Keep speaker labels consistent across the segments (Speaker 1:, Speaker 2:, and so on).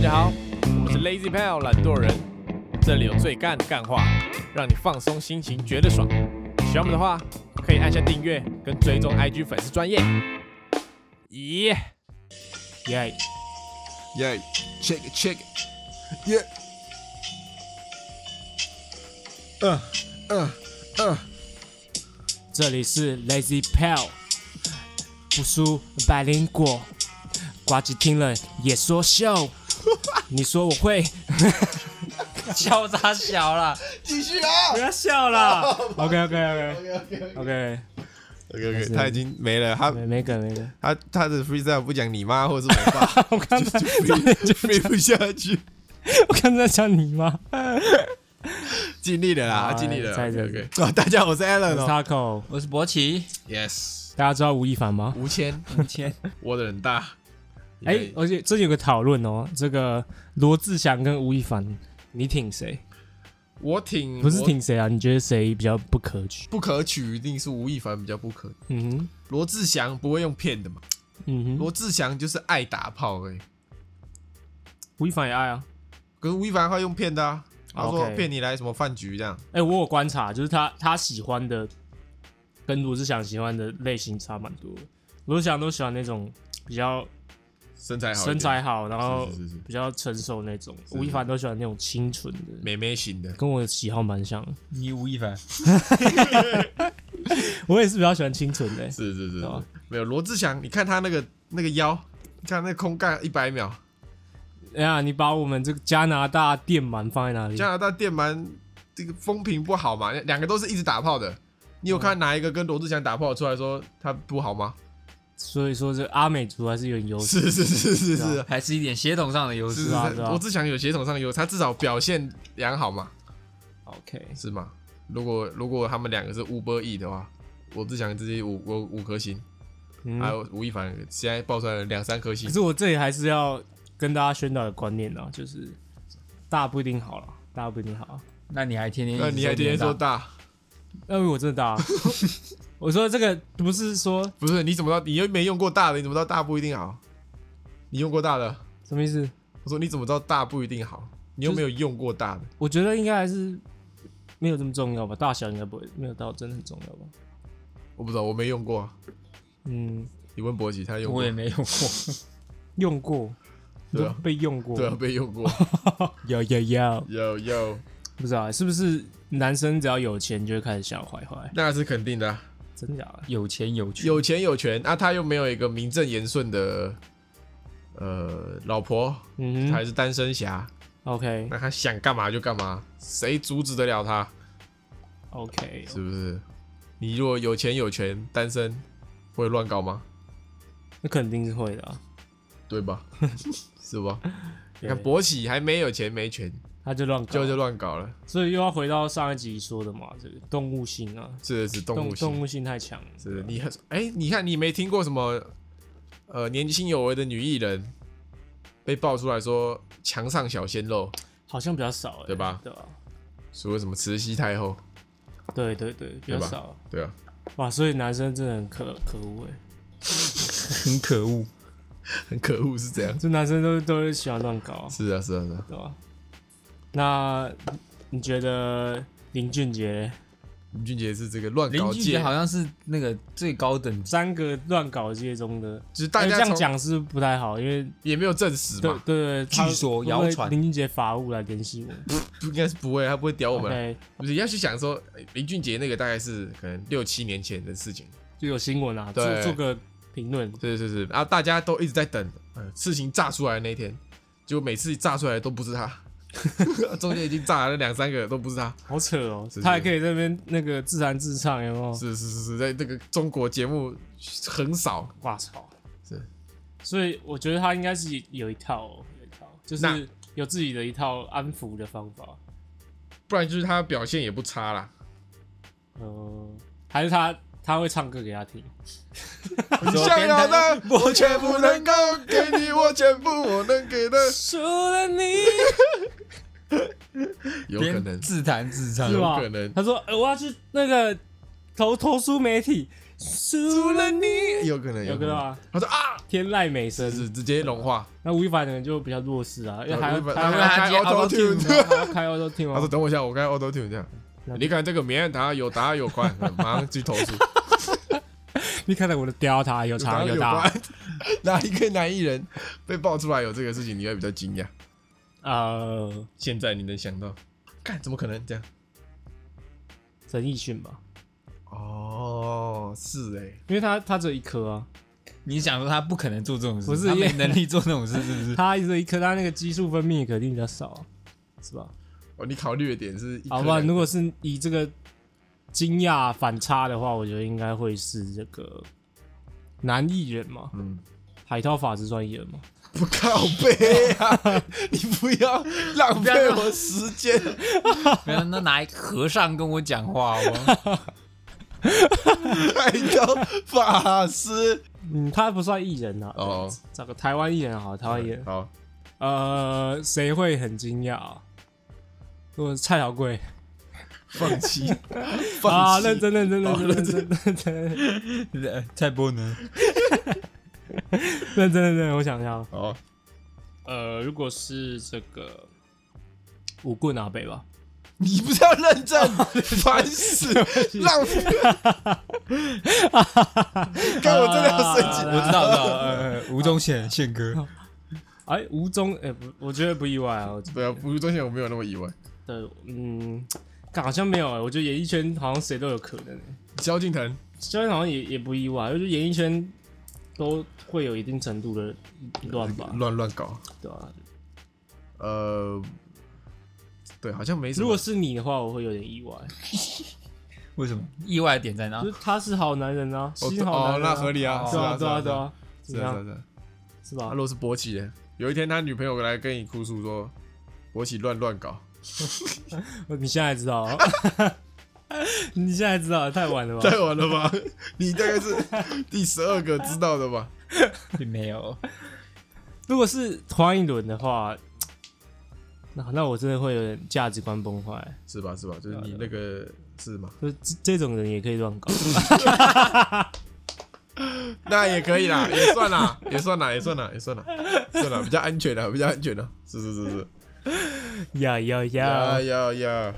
Speaker 1: 家好，我们是 Lazy Pal 懒惰人，这里有最干的干话，让你放松心情，觉得爽。喜欢我们的话，可以按下订阅跟追踪 IG 粉丝专页。耶耶
Speaker 2: 耶 ，check it check it， 耶，
Speaker 1: 这里是 Lazy Pal， 不输百灵果，呱吉听了也说秀。你说我会
Speaker 3: 笑啥小啦？
Speaker 2: 继续啊！
Speaker 1: 不要笑啦。OK，
Speaker 2: 他已经没了，
Speaker 1: 没梗。
Speaker 2: 他的 freestyle 不讲你妈或者是我爸，
Speaker 1: 我刚才
Speaker 2: 就飞不下去，
Speaker 1: 我刚才讲你妈。
Speaker 2: 尽力了啦，
Speaker 1: 好
Speaker 2: 尽力了。
Speaker 1: 在这
Speaker 2: OK， 大家好，我是 Alan
Speaker 1: 我是 Taco，
Speaker 3: 我是博奇，
Speaker 2: Yes，
Speaker 1: 大家知道吴亦凡吗？
Speaker 2: 吴谦，我的很大。
Speaker 1: 而且最近有个讨论哦，这个罗志祥跟吴亦凡，你挺谁？
Speaker 2: 我挺
Speaker 1: 不是挺谁啊？你觉得谁比较不可取？
Speaker 2: 不可取，一定是吴亦凡比较不可取。
Speaker 1: 嗯哼，
Speaker 2: 罗志祥不会用骗的嘛？
Speaker 1: 嗯哼，
Speaker 2: 罗志祥就是爱打炮而已，
Speaker 1: 吴亦凡也爱啊。
Speaker 2: 可是吴亦凡会用骗的啊。他说
Speaker 1: OK
Speaker 2: 骗你来什么饭局这样。
Speaker 1: 我有观察，就是他喜欢的跟罗志祥喜欢的类型差蛮多的。罗志祥都喜欢那种比较
Speaker 2: 身材好，
Speaker 1: 身材好，然后
Speaker 2: 是
Speaker 1: 比较成熟那种。吴亦凡都喜欢那种清纯的，
Speaker 2: 美眉型的。
Speaker 1: 跟我的喜好蛮像的。
Speaker 3: 你吴亦凡，
Speaker 1: 我也是比较喜欢清纯的。
Speaker 2: 是，
Speaker 1: 吧
Speaker 2: 没有罗志祥，你看他那个腰，你看那个空干100秒，
Speaker 1: 哎呀，你把我们这个加拿大电鳗放在哪里？
Speaker 2: 加拿大电鳗这个风评不好嘛，两个都是一直打炮的。你有看哪一个跟罗志祥打炮出来说他不好吗？
Speaker 1: 所以说这阿美族还是有点优势。
Speaker 2: 是，
Speaker 3: 还是一点血统上的优势
Speaker 2: 是
Speaker 1: 啊
Speaker 2: 罗志祥有血统上有，他至少表现良好嘛，
Speaker 1: OK，
Speaker 2: 是吗？如果他们两个是 Uber E 的话，罗志祥直接5颗星，还有吴亦凡现在爆出来了2-3颗星。
Speaker 1: 可是我这里还是要跟大家宣导的观念啊，就是大不一定好了，大不一定好。
Speaker 3: 那你还天天
Speaker 2: 说大？
Speaker 1: 因为我真的大、啊。我说这个不是说
Speaker 2: 不是，你怎么知道？你又没用过大的，你怎么知道大不一定好？你用过大的，
Speaker 1: 什么意思？
Speaker 2: 我说你怎么知道大不一定好？你又没有用过大的？
Speaker 1: 我觉得应该还是没有这么重要吧，大小应该不会没有到真的很重要吧。
Speaker 2: 我不知道，我没用过、啊。
Speaker 1: 嗯，
Speaker 2: 你问博奇，他用过？
Speaker 3: 我也没用过，
Speaker 1: 用过，
Speaker 2: 对啊，
Speaker 1: 被用过，
Speaker 2: 对啊，被用过。有，
Speaker 1: 不知道是不是男生只要有钱就会开始想坏坏？
Speaker 2: 那是肯定的、啊。
Speaker 1: 真假的？
Speaker 3: 有钱有权，
Speaker 2: 有钱有权啊，他又没有一个名正言顺的老婆，他还是单身侠。
Speaker 1: OK，
Speaker 2: 那他想干嘛就干嘛，谁阻止得了他
Speaker 1: ？OK，
Speaker 2: 是不是？你如果有钱有权单身，会乱搞吗？
Speaker 1: 那肯定是会的啊，
Speaker 2: 对吧？是吧？你看博喜还没有钱没权，
Speaker 1: 他就乱搞，
Speaker 2: 就乱搞了。
Speaker 1: 所以又要回到上一集说的嘛，这个动物性啊，
Speaker 2: 是动物性，
Speaker 1: 动物性太强了。
Speaker 2: 是你看你没听过什么年轻有为的女艺人被爆出来说墙上小鲜肉，
Speaker 1: 好像比较少，
Speaker 2: 对吧？
Speaker 1: 对吧？
Speaker 2: 说什么慈禧太后，
Speaker 1: 对，比较少。
Speaker 2: 对啊，
Speaker 1: 哇，所以男生真的很可恶
Speaker 3: 很可恶，
Speaker 2: 很可恶是这样。
Speaker 1: 这男生都喜欢乱搞。
Speaker 2: 是啊，
Speaker 1: 对吧？那你觉得林俊杰？
Speaker 2: 林俊杰是这个乱搞界，
Speaker 3: 林俊杰好像是那个最高等级
Speaker 1: 3个乱搞界中的，
Speaker 2: 就是大家
Speaker 1: 这样讲是不太好，因为
Speaker 2: 也没有证实嘛。
Speaker 1: 对，
Speaker 3: 据说谣传
Speaker 1: 林俊杰法务来联系我，
Speaker 2: 应该是不会，他不会屌我们。
Speaker 1: Okay，
Speaker 2: 不是要去想说，林俊杰那个大概是可能6-7年前的事情，
Speaker 1: 就有新闻啊，
Speaker 2: 对
Speaker 1: 做个评论。
Speaker 2: 是，然后大家都一直在等事情炸出来的那一天，结果每次炸出来的都不是他。中间已经炸了2-3个都不是他，
Speaker 1: 好扯哦！
Speaker 2: 是
Speaker 1: 他还可以在那边那个自弹自唱，有没有？
Speaker 2: 是，在这个中国节目横扫，
Speaker 1: 哇操！
Speaker 2: 是，
Speaker 1: 所以我觉得他应该是有一套，就是有自己的一套安抚的方法，
Speaker 2: 不然就是他表现也不差啦。
Speaker 1: 还是他会唱歌给他听。
Speaker 2: 你想要的我却不能够给你，我全部我能给的，
Speaker 1: 除了你，
Speaker 2: 有可能
Speaker 3: 自弹自唱，
Speaker 1: 是吧？
Speaker 2: 有可能。
Speaker 1: 他说：“我要去那个投诉媒体， 输了你，
Speaker 2: 有可能，
Speaker 1: 有可能啊。
Speaker 2: 他说啊，
Speaker 1: 天籁美声
Speaker 2: 是直接融化。
Speaker 1: 那吴亦凡可能就比较弱势啊，因为还要
Speaker 2: 开 Auto Tune，
Speaker 1: 还要开 Auto Tune。
Speaker 2: 他说等我一下，我开 Auto Tune 这样。你看这个棉他有打有关，马上去投诉。
Speaker 1: 你看到我的Delta有长有大。
Speaker 2: 哪一个男艺人被爆出来有这个事情，你会比较惊讶？
Speaker 1: 现
Speaker 2: 在你能想到？看怎么可能这样？
Speaker 1: 陈奕迅吧？
Speaker 2: 哦，是哎，
Speaker 1: 因为他只有一颗啊。
Speaker 3: 你想说他不可能做这种事，
Speaker 1: 不是
Speaker 3: 他没能力做这种事，是不是？
Speaker 1: 他只有一颗，他那个激素分泌肯定比较少，是吧？
Speaker 2: 哦，你考虑的点是一颗，
Speaker 1: 好吧？如果是以这个惊讶反差的话，我觉得应该会是这个男艺人嘛，海涛法师算艺人吗？
Speaker 2: 不靠背啊！你不要浪费我时间，
Speaker 3: 不要那拿一个和尚跟我讲话好吗？
Speaker 2: 海涛法师，
Speaker 1: 他不算艺人啊。
Speaker 2: 哦，
Speaker 1: 找个台湾艺人好，台湾艺人
Speaker 2: 好。
Speaker 1: 谁会很惊讶啊？如果是蔡小贵，
Speaker 2: 放弃
Speaker 1: 啊！认真，
Speaker 3: 蔡波呢？
Speaker 1: 认真，我想一下。
Speaker 2: 哦，
Speaker 1: 如果是这个舞棍阿北吧，
Speaker 2: 你不是要认真，烦死，浪费。看我真的要生气，
Speaker 3: 我知道，吴宗宪哥。
Speaker 1: 哎，吴宗，我觉得不意外啊。
Speaker 2: 对啊，吴宗宪我没有那么意外。
Speaker 1: 对，好像没有我觉得演艺圈好像谁都有可能。
Speaker 2: 萧敬腾
Speaker 1: 好像也不意外，我觉得演艺圈都会有一定程度的乱吧，
Speaker 2: 乱搞，
Speaker 1: 对吧？
Speaker 2: 对，好像没什么。
Speaker 1: 如果是你的话，我会有点意外。
Speaker 3: 为什么？意外的点在哪？
Speaker 1: 就是他是好男人啊，新好男人，
Speaker 2: 那合理啊，
Speaker 1: 对啊，是吧？
Speaker 2: 如果是博奇的，有一天他女朋友来跟你哭诉说，博奇乱搞，
Speaker 1: 你现在知道了？你现在知道了，太晚了吧？
Speaker 2: 太晚了吧？你大概是第12个知道的吧？
Speaker 3: 并没有。
Speaker 1: 如果是黄一伦的话，那我真的会有点价值观崩坏，
Speaker 2: 是吧？就是你那个是吗？
Speaker 1: 就是这种人也可以乱搞。
Speaker 2: 那也可以啦，也算啦，比较安全的，是。呀，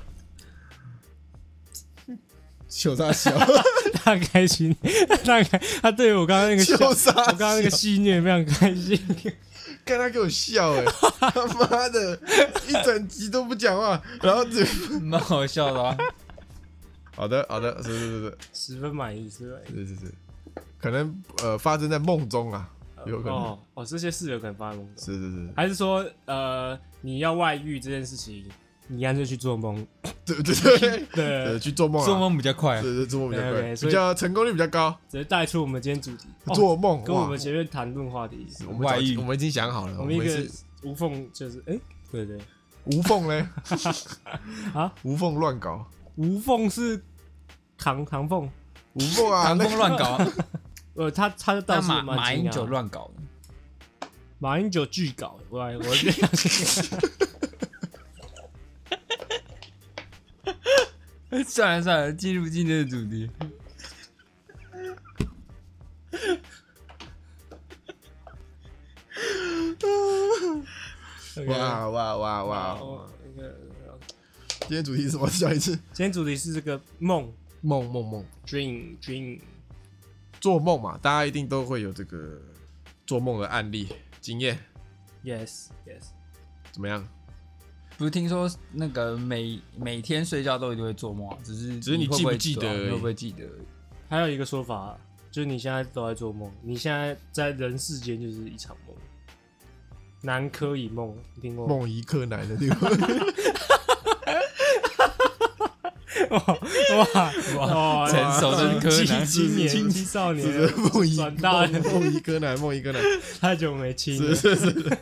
Speaker 2: 秀啥笑？
Speaker 1: 他开心，他对我刚刚那个
Speaker 2: 秀啥？
Speaker 1: 我刚刚那个戏谑非常开心。
Speaker 2: 看他给我笑他妈的，一整集都不讲话，然后
Speaker 3: 蛮好笑的啊。
Speaker 2: 好的，是，
Speaker 1: 十分满意，是，
Speaker 2: 可能发生在梦中啊，有可能
Speaker 1: 这些事有可能发生在梦中，
Speaker 2: 是，
Speaker 1: 还是说你要外遇这件事情，你干脆去做梦，
Speaker 2: 对，去做梦，
Speaker 3: 做梦比较快，
Speaker 2: 对，做梦比较快，
Speaker 1: 比
Speaker 2: 较成功率比较高，
Speaker 1: 直接带出我们今天主题，
Speaker 2: 做梦，
Speaker 1: 跟我们前面谈论话题，
Speaker 2: 外遇，我们已经想好了，
Speaker 1: 我们一个无缝就是对，
Speaker 2: 无缝嘞，
Speaker 1: 啊，
Speaker 2: 无缝乱搞，
Speaker 1: 无缝是唐凤，
Speaker 2: 无缝啊，
Speaker 3: 唐凤乱搞，
Speaker 1: 他就倒是
Speaker 3: 马英九乱搞的，
Speaker 1: 马英九巨搞，我
Speaker 3: 算了，进入今天的主题。
Speaker 2: 哇！今天主题是什么？讲一次。
Speaker 1: 今天主题是这个梦，dream，
Speaker 2: 做梦嘛，大家一定都会有这个做梦的案例经验。
Speaker 1: Yes，
Speaker 2: 怎么样？
Speaker 3: 不是听说那个每天睡觉都一定会做梦，只是
Speaker 2: 你记不记得？
Speaker 3: 你会不会记得？
Speaker 1: 还有一个说法，就是你现在都在做梦，你现在在人世间就是一场梦。南柯一梦，你听过吗？
Speaker 2: 梦一柯南的地方。
Speaker 1: 哇！
Speaker 3: 成熟的柯南，
Speaker 1: 青年少年，转大
Speaker 2: 梦一柯南，
Speaker 1: 太久没亲了。
Speaker 2: 是。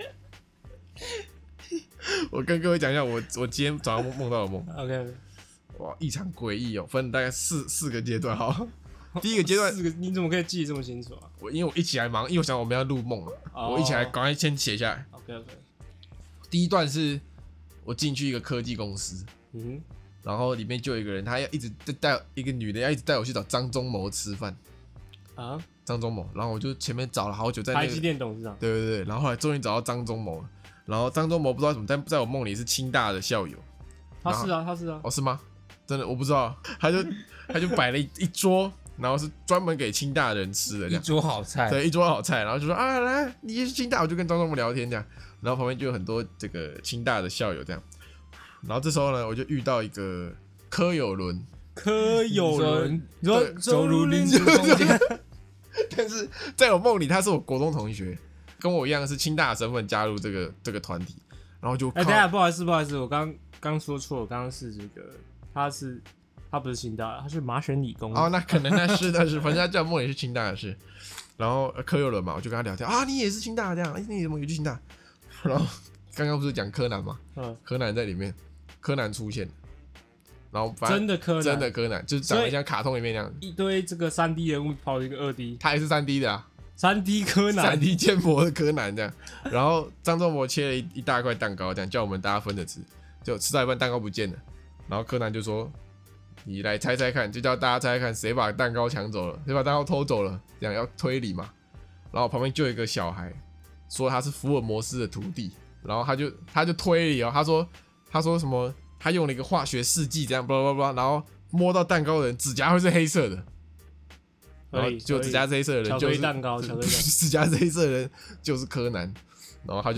Speaker 2: 我跟各位讲一下，我今天早上梦到的梦。
Speaker 1: OK，
Speaker 2: 哇，异常诡异哦，分大概四个阶段。好，第一个阶段
Speaker 1: 4个，你怎么可以记得这么清楚啊？
Speaker 2: 因为我一起来忙，因为我想我们要录梦了，我一起来赶快先写下来。
Speaker 1: OK，
Speaker 2: 第一段是我进去一个科技公司， 然后里面就有一个人，他要一直带一个女的，要一直带我去找张忠谋吃饭。
Speaker 1: 啊，
Speaker 2: 张忠谋，然后我就前面找了好久，在
Speaker 1: 台积电董事长。
Speaker 2: 对对对，然后后来终于找到张忠谋了。然后张忠谋不知道怎么，在我梦里是清大的校友。
Speaker 1: 他是啊，他是啊。
Speaker 2: 哦，是吗？真的我不知道。他就摆了一桌，然后是专门给清大的人吃的，这
Speaker 3: 一
Speaker 2: 样。
Speaker 3: 桌好菜，
Speaker 2: 对，一桌好菜，然后就说啊，来，你也是清大，我就跟张忠谋聊天这样。然后旁边就有很多这个清大的校友这样。然后这时候呢，我就遇到一个柯有伦。
Speaker 1: 柯有伦，你说
Speaker 3: 走入林中间，
Speaker 2: 但是在我梦里，他是我国中同学，跟我一样是清大的身份加入这个团体，然后就
Speaker 1: 等一下，不好意思，我刚说错了，刚刚是这个，他不是清大，他是麻省理工。
Speaker 2: 哦，那可能那是，反正他在我梦里是清大的事。然后柯有伦嘛，我就跟他聊天啊，你也是清大这样，你怎么也去清大？然后刚刚不是讲柯南嘛，柯南在里面，柯南出现。然后
Speaker 1: 真的柯
Speaker 2: 南就是长得像卡通里面那样，
Speaker 1: 一堆这个3D 人物跑一个2D，
Speaker 2: 他也是3D 的啊
Speaker 1: ，3D 柯南
Speaker 2: ，3D 建模的柯南这样。然后张忠谋切了一大块蛋糕，这样叫我们大家分着吃，就吃到一半蛋糕不见了，然后柯南就说：“你来猜猜看，就叫大家猜猜看谁把蛋糕抢走了，谁把蛋糕偷走了，这样要推理嘛。”然后旁边就有一个小孩说他是福尔摩斯的徒弟，然后他就推理哦，他说什么？他用了一个化学试剂，这样blah blah blah，然后摸到蛋糕的人指甲会是黑色的，然后就指甲是黑色的人就是
Speaker 1: 蛋糕，
Speaker 2: 指甲是黑色的人就是柯南，然后他就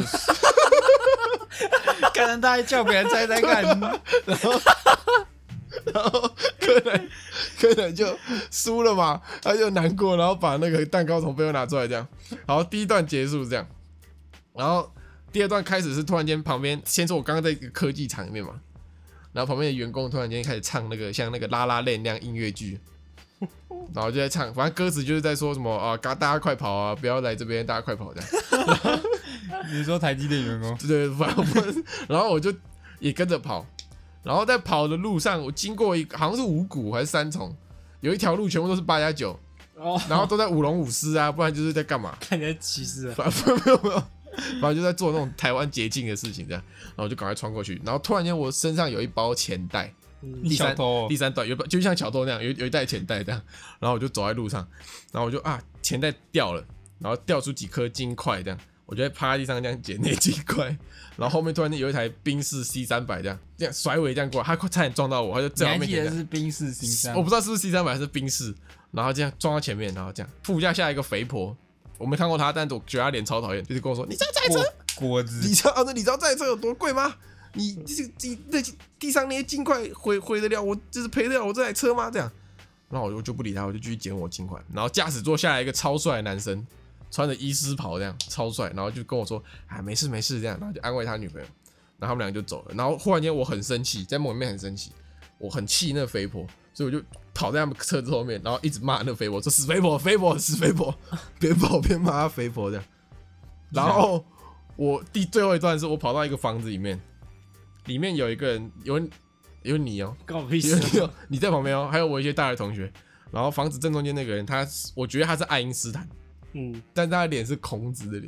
Speaker 3: 可能他还叫别人猜猜看，
Speaker 2: 然后柯南就输了嘛，他就难过，然后把那个蛋糕从背后拿出来，这样。好，第一段结束这样，然后第二段开始是突然间旁边，先说我刚刚在一个科技厂里面嘛。然后旁边的员工突然间开始唱那个像那个拉拉链那样音乐剧，然后就在唱，反正歌词就是在说什么啊，大家快跑啊，不要来这边，大家快跑这样。
Speaker 3: 你说台积电员工？
Speaker 2: 对，然后我就也跟着跑，然后在跑的路上，我经过好像是五股还是三重，有一条路全部都是8+9，然后都在舞龙舞狮啊，不然就是在干嘛？
Speaker 1: 看起来歧视啊！
Speaker 2: 没有。反正就在做那种台湾捷径的事情，这样，然后我就赶快穿过去，然后突然间我身上有一包钱袋，第三段就像小偷那样，有一袋钱袋这样，然后我就走在路上，然后我就钱袋掉了，然后掉出几颗金块这样，我就在趴在地上这样捡那金块，然后后面突然间有一台宾士 C300这样甩尾这样过来，他差点撞到我，他就在我面前。
Speaker 3: 你还记得是宾士 C300？
Speaker 2: 我不知道是不是 C300还是宾士，然后这样撞到前面，然后这样副驾下一个肥婆。我没看过他，但是我觉得他脸超讨厌，就是跟我说：“你知道这台车
Speaker 3: 锅子，
Speaker 2: 你知道这台车有多贵吗？你地上那些金块毁得了我，就是赔得了我这台车吗？”这样，然后我就不理他，我就继续捡我金块。然后驾驶座下来一个超帅的男生，穿着医师袍这样超帅，然后就跟我说：“啊，没事这样。”然后就安慰他女朋友，然后他们两个就走了。然后忽然间我很生气，在梦里面很生气，我很气那个肥婆，所以我就跑在他们车子后面，然后一直骂那个肥婆，说死肥婆，死肥婆，边跑边骂他肥婆这样。然后我最后一段是我跑到一个房子里面有一个人，有你哦，
Speaker 1: 关我屁事！
Speaker 2: 有你在旁边哦，还有我一些大学同学。然后房子正中间那个人，我觉得他是爱因斯坦，但他的脸是孔子的脸。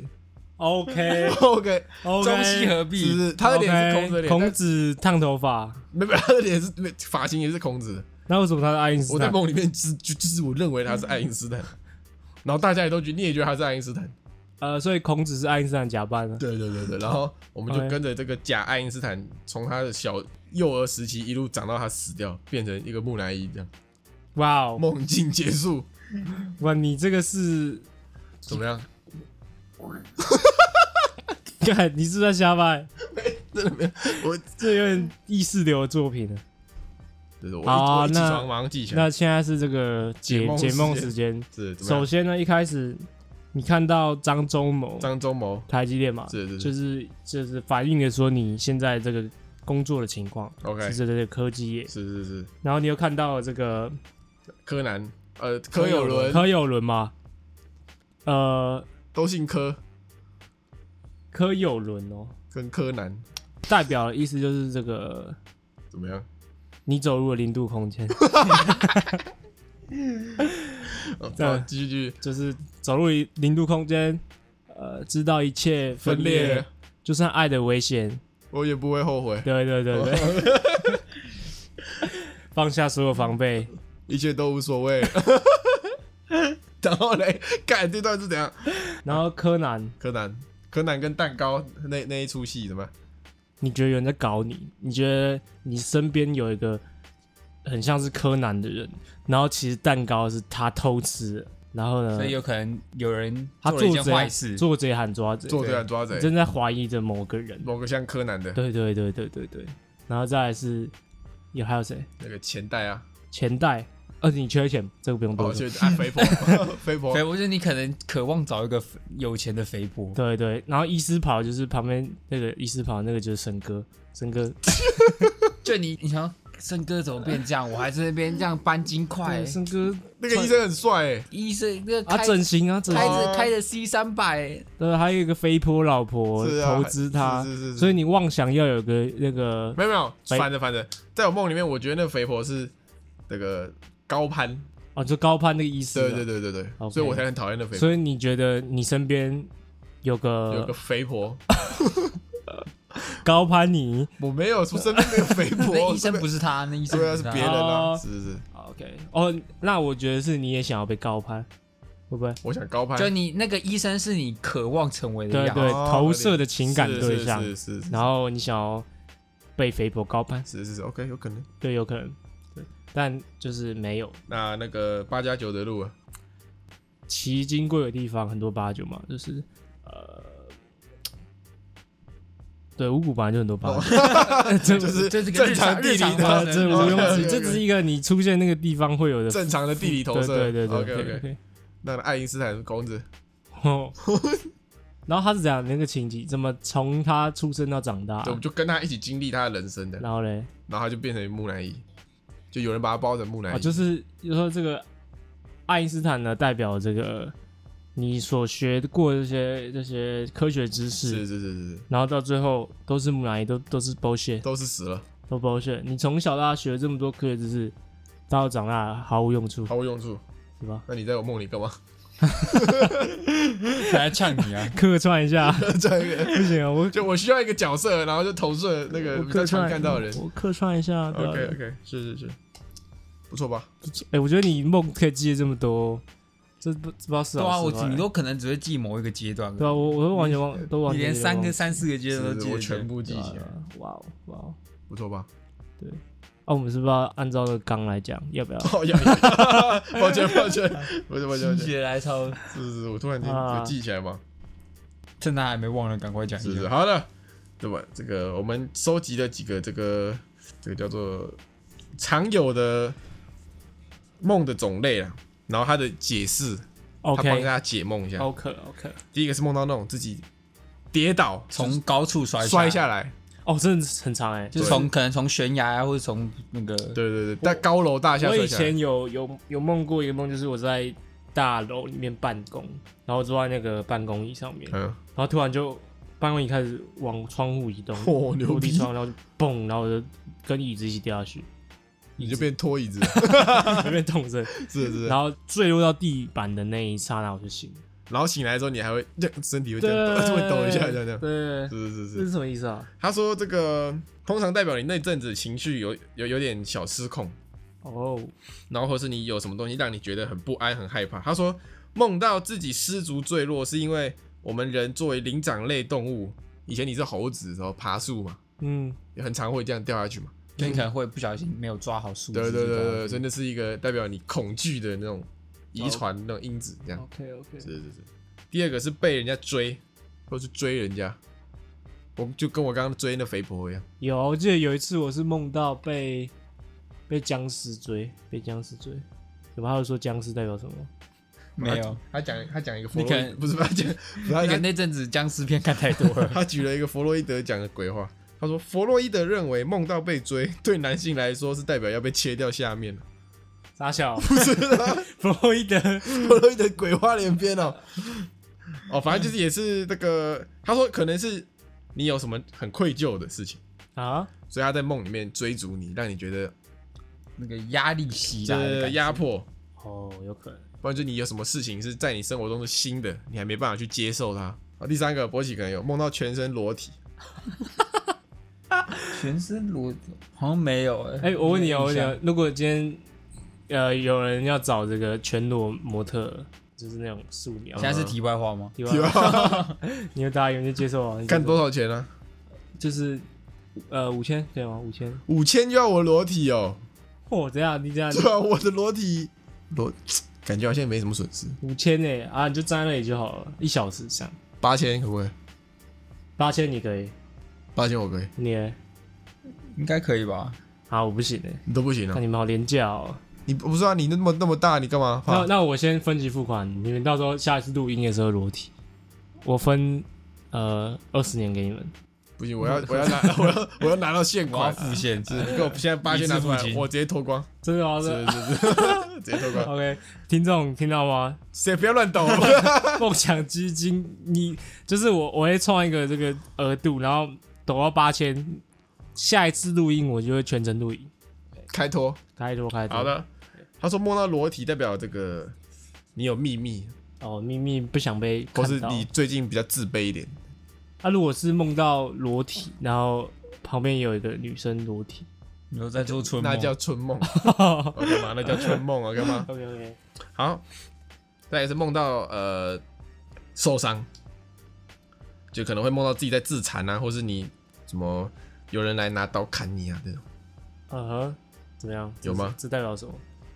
Speaker 1: OK，
Speaker 3: 中西合璧，
Speaker 2: 是他的脸是孔子的脸，
Speaker 1: 孔子烫头发，
Speaker 2: 没有，他的脸是发型也是孔子的。
Speaker 1: 那为什么他是爱因斯坦？
Speaker 2: 我在梦里面就是我认为他是爱因斯坦，然后大家也都觉得，你也觉得他是爱因斯坦，
Speaker 1: 所以孔子是爱因斯坦假扮的。
Speaker 2: 对，然后我们就跟着这个假爱因斯坦，从他的幼儿时期一路长到他死掉，变成一个木乃伊这样。
Speaker 1: 哇哦，
Speaker 2: 梦境结束。
Speaker 1: 哇，你这个是
Speaker 2: 怎么样？
Speaker 1: 看你是不是在瞎掰？
Speaker 2: 真的没有，我
Speaker 1: 这有点意识流的作品了。
Speaker 2: 我一起床马上记起来。
Speaker 1: 那现在是这个解梦时间。首先呢，一开始你看到张忠谋台积电嘛，就是反映的说你现在这个工作的情况
Speaker 2: ，OK，
Speaker 1: 是这个科技业，
Speaker 2: 是。
Speaker 1: 然后你又看到了这个
Speaker 2: 柯南，柯有伦
Speaker 1: 嘛，
Speaker 2: 都姓柯
Speaker 1: 有伦哦，
Speaker 2: 跟柯南
Speaker 1: 代表的意思就是这个
Speaker 2: 怎么样？
Speaker 1: 你走入了零度空间。
Speaker 2: 继续，
Speaker 1: 就是走入零度空间，知道一切分裂，就算爱的危险，
Speaker 2: 我也不会后悔。
Speaker 1: 对。
Speaker 4: 放下所有防备，
Speaker 2: 一切都无所谓。然后嘞，干这段是怎样？
Speaker 4: 然后柯南，
Speaker 2: 柯南跟蛋糕那一出戏怎么样？
Speaker 4: 你觉得有人在搞你？你觉得你身边有一个很像是柯南的人，然后其实蛋糕是他偷吃的，然后呢，
Speaker 3: 所以有可能有人
Speaker 4: 他
Speaker 3: 做了一件
Speaker 4: 做
Speaker 3: 坏事，
Speaker 4: 做贼喊抓贼，
Speaker 2: 做对抓贼，
Speaker 4: 正在怀疑着某个人，
Speaker 2: 某个像柯南的，
Speaker 4: 对，然后再来是还有谁？
Speaker 2: 那个钱袋啊，
Speaker 4: 钱袋，你缺钱，这个不用多说。
Speaker 2: 肥婆，肥婆，
Speaker 3: 肥婆就是你可能渴望找一个有钱的肥婆，
Speaker 4: 对，然后医师袍就是旁边那个医师袍，那个就是神哥，
Speaker 3: 就你想森哥怎么变这样？我还在那边这样搬金块，
Speaker 4: 神哥
Speaker 2: 那个医生很帅哎，
Speaker 3: 医生那个
Speaker 4: 整形啊，
Speaker 3: 开着 C300，
Speaker 4: 对，还有一个肥婆老婆投资他，所以你妄想要有个那个
Speaker 2: 没有，反着，在我梦里面，我觉得那个肥婆是那个高攀
Speaker 4: 就高攀那个医师，
Speaker 2: 对，所以我才很讨厌那肥婆。
Speaker 4: 所以你觉得你身边有个
Speaker 2: 肥婆
Speaker 4: 高攀你？
Speaker 2: 我没有，身边没有肥婆，
Speaker 3: 那医生不是他，那医生
Speaker 2: 对啊，是别人啊，是。
Speaker 4: OK，那我觉得是你也想要被高攀，会不会？
Speaker 2: 我想高攀，
Speaker 3: 就你那个医生是你渴望成为的样子，
Speaker 4: 对，投射的情感对象，
Speaker 2: 是，
Speaker 4: 然后你想要被肥婆高攀，
Speaker 2: 是 OK， 有可能，
Speaker 4: 对，有可能，对，但就是没有。
Speaker 2: 那个8+9的路啊，
Speaker 4: 骑经过的地方很多8+9嘛，就是对，五谷本来就很多8+9，
Speaker 2: 就是
Speaker 3: 正常
Speaker 2: 地理
Speaker 3: 的，
Speaker 4: 这毋庸置疑，这只是一个你出现那个地方会有的
Speaker 2: 正常的地理投射。
Speaker 4: 对
Speaker 2: OK。那爱因斯坦公子，
Speaker 4: 然后他是怎样那个情景？怎么从他出生到长大？
Speaker 2: 对，我们就跟他一起经历他的人生的。
Speaker 4: 然后嘞，
Speaker 2: 然后他就变成木乃伊，就有人把他包成木乃伊。
Speaker 4: 就是说这个爱因斯坦呢，代表这个你所学过的这些科学知识，
Speaker 2: 是，
Speaker 4: 然后到最后都是木乃伊，都是 bullshit，
Speaker 2: 都是死了，
Speaker 4: 都 bullshit。你从小到大学了这么多科学知识，到长大毫无用处，是吧？
Speaker 2: 那你在我梦里干嘛？
Speaker 3: 还来呛你啊！
Speaker 4: 客串一下，
Speaker 2: 不
Speaker 4: 行啊！
Speaker 2: 我需要一个角色，然后就投射那个比较常看到的人。
Speaker 4: 我客串一下。
Speaker 2: OK， 是，不错吧？
Speaker 4: 我觉得你梦可以记得这么多，这不知道是好是坏。
Speaker 3: 你都可能只会记某一个阶段。
Speaker 4: 对啊，我都完全忘，
Speaker 3: 你连3、4个阶段都记得，
Speaker 2: 我全部记起来。
Speaker 4: 哇哦，
Speaker 2: 不错吧？
Speaker 4: 对。我们是不是要按照那个纲来讲？要不要？
Speaker 2: 要。抱歉，不是，
Speaker 3: 心血来潮。
Speaker 2: 是，我突然间有记起来嘛。
Speaker 3: 趁他还没忘了，赶快讲一下。
Speaker 2: 是好的，对吧？这个我们收集了几个这个叫做常有的梦的种类啊，然后它的解释，他帮大家解梦一下。
Speaker 4: OK。
Speaker 2: 第一个是梦到那种自己跌倒，
Speaker 3: 从高处摔
Speaker 2: 下来。
Speaker 4: 真的很长
Speaker 3: 就是可能从悬崖或者从那个
Speaker 2: 对，在高楼大厦。
Speaker 4: 我以前有梦过一个梦，就是我在大楼里面办公，然后坐在那个办公椅上面，然后突然就办公椅开始往窗户移动，落地窗，然后就嘣，然后我就跟椅子一起掉下去，
Speaker 2: 你就变拖椅子，
Speaker 4: 就变动身，
Speaker 2: 是，
Speaker 4: 然后坠落到地板的那一刹那我就醒了。
Speaker 2: 然后醒来之后，你还会身体会这样会抖一下，这样。
Speaker 4: 对，
Speaker 2: 是。
Speaker 4: 这是什么意思啊？
Speaker 2: 他说这个通常代表你那阵子情绪有点小失控然后或是你有什么东西让你觉得很不安、很害怕。他说梦到自己失足坠落，是因为我们人作为灵长类动物，以前你是猴子的时候爬树嘛，也很常会这样掉下去嘛，
Speaker 3: 你可能会不小心没有抓好树。
Speaker 2: 对，所以那是一个代表你恐惧的那种。遗传那种因子，这样。
Speaker 4: OK。
Speaker 2: 是。第二个是被人家追，或是追人家，我就跟我刚刚追那肥婆一样。
Speaker 4: 有，我记得有一次我是梦到被僵尸追，有没有说僵尸代表什么？
Speaker 3: 没有，
Speaker 2: 他讲一个弗洛伊德，不是他讲，
Speaker 3: 你看那阵子僵尸片看太多了。
Speaker 2: 他举了一个弗洛伊德讲的鬼话，他说弗洛伊德认为梦到被追，对男性来说是代表要被切掉下面了。
Speaker 4: 傻小，
Speaker 2: 不是
Speaker 4: 弗洛伊德
Speaker 2: 鬼话连篇反正就是也是那个，他说可能是你有什么很愧疚的事情
Speaker 4: 啊，
Speaker 2: 所以他在梦里面追逐你，让你觉得
Speaker 3: 那个压力袭来的
Speaker 2: 压迫
Speaker 4: 有可能，
Speaker 2: 不然就你有什么事情是在你生活中的新的，你还没办法去接受它。第三个，博奇可能有梦到全身裸体，
Speaker 3: 全身裸好像没有
Speaker 4: 我问你哦，如果今天有人要找这个全裸模特，就是那种素描，
Speaker 3: 现在是题外话吗？
Speaker 4: 题外话，你会答应就接受啊？
Speaker 2: 看多少钱啊？
Speaker 4: 就是5000可以吗
Speaker 2: ？5000就要我裸体哦？
Speaker 4: 怎样？你这样？
Speaker 2: 对啊，我的裸体感觉好像没什么损失。
Speaker 4: 5000啊，你就站在那里就好了，1小时上。
Speaker 2: 8000可不可以
Speaker 4: ？8000你可以
Speaker 2: ？8000我可以。
Speaker 4: 你呢？
Speaker 3: 应该可以吧？
Speaker 4: 啊，我不行
Speaker 2: 你都不行啊？
Speaker 4: 那你们好廉价哦。
Speaker 2: 你不是啊？你那么大，你干嘛？
Speaker 4: 那我先分期付款，你们到时候下一次录音的时候裸体，我分20年给你们。
Speaker 2: 不行，我要拿到现款，
Speaker 3: 我要付现，
Speaker 2: 你给我现在8000拿出来，我直接脱光。
Speaker 4: 真的吗？
Speaker 2: 是，直接脱光。
Speaker 4: OK， 听众听到吗？
Speaker 2: 谁不要乱抖？
Speaker 4: 梦想基金，你就是我会创一个这个额度，然后抖到8000，下一次录音我就会全程录影。
Speaker 2: 开脱。
Speaker 4: 好
Speaker 2: 的。他说梦到裸体代表这个你有秘密
Speaker 4: 秘密不想被看到，
Speaker 2: 或是你最近比较自卑一点。
Speaker 4: 如果是梦到裸体，然后旁边有一个女生裸体，
Speaker 3: 你有在做春梦？
Speaker 2: 那叫春梦。OK 吗？那叫春梦啊，干嘛
Speaker 4: ？OK。
Speaker 2: 好，再来是梦到受伤，就可能会梦到自己在自残啊，或是你什么有人来拿刀砍你啊这种。
Speaker 4: 怎么样？
Speaker 2: 有吗？
Speaker 4: 这代表什么？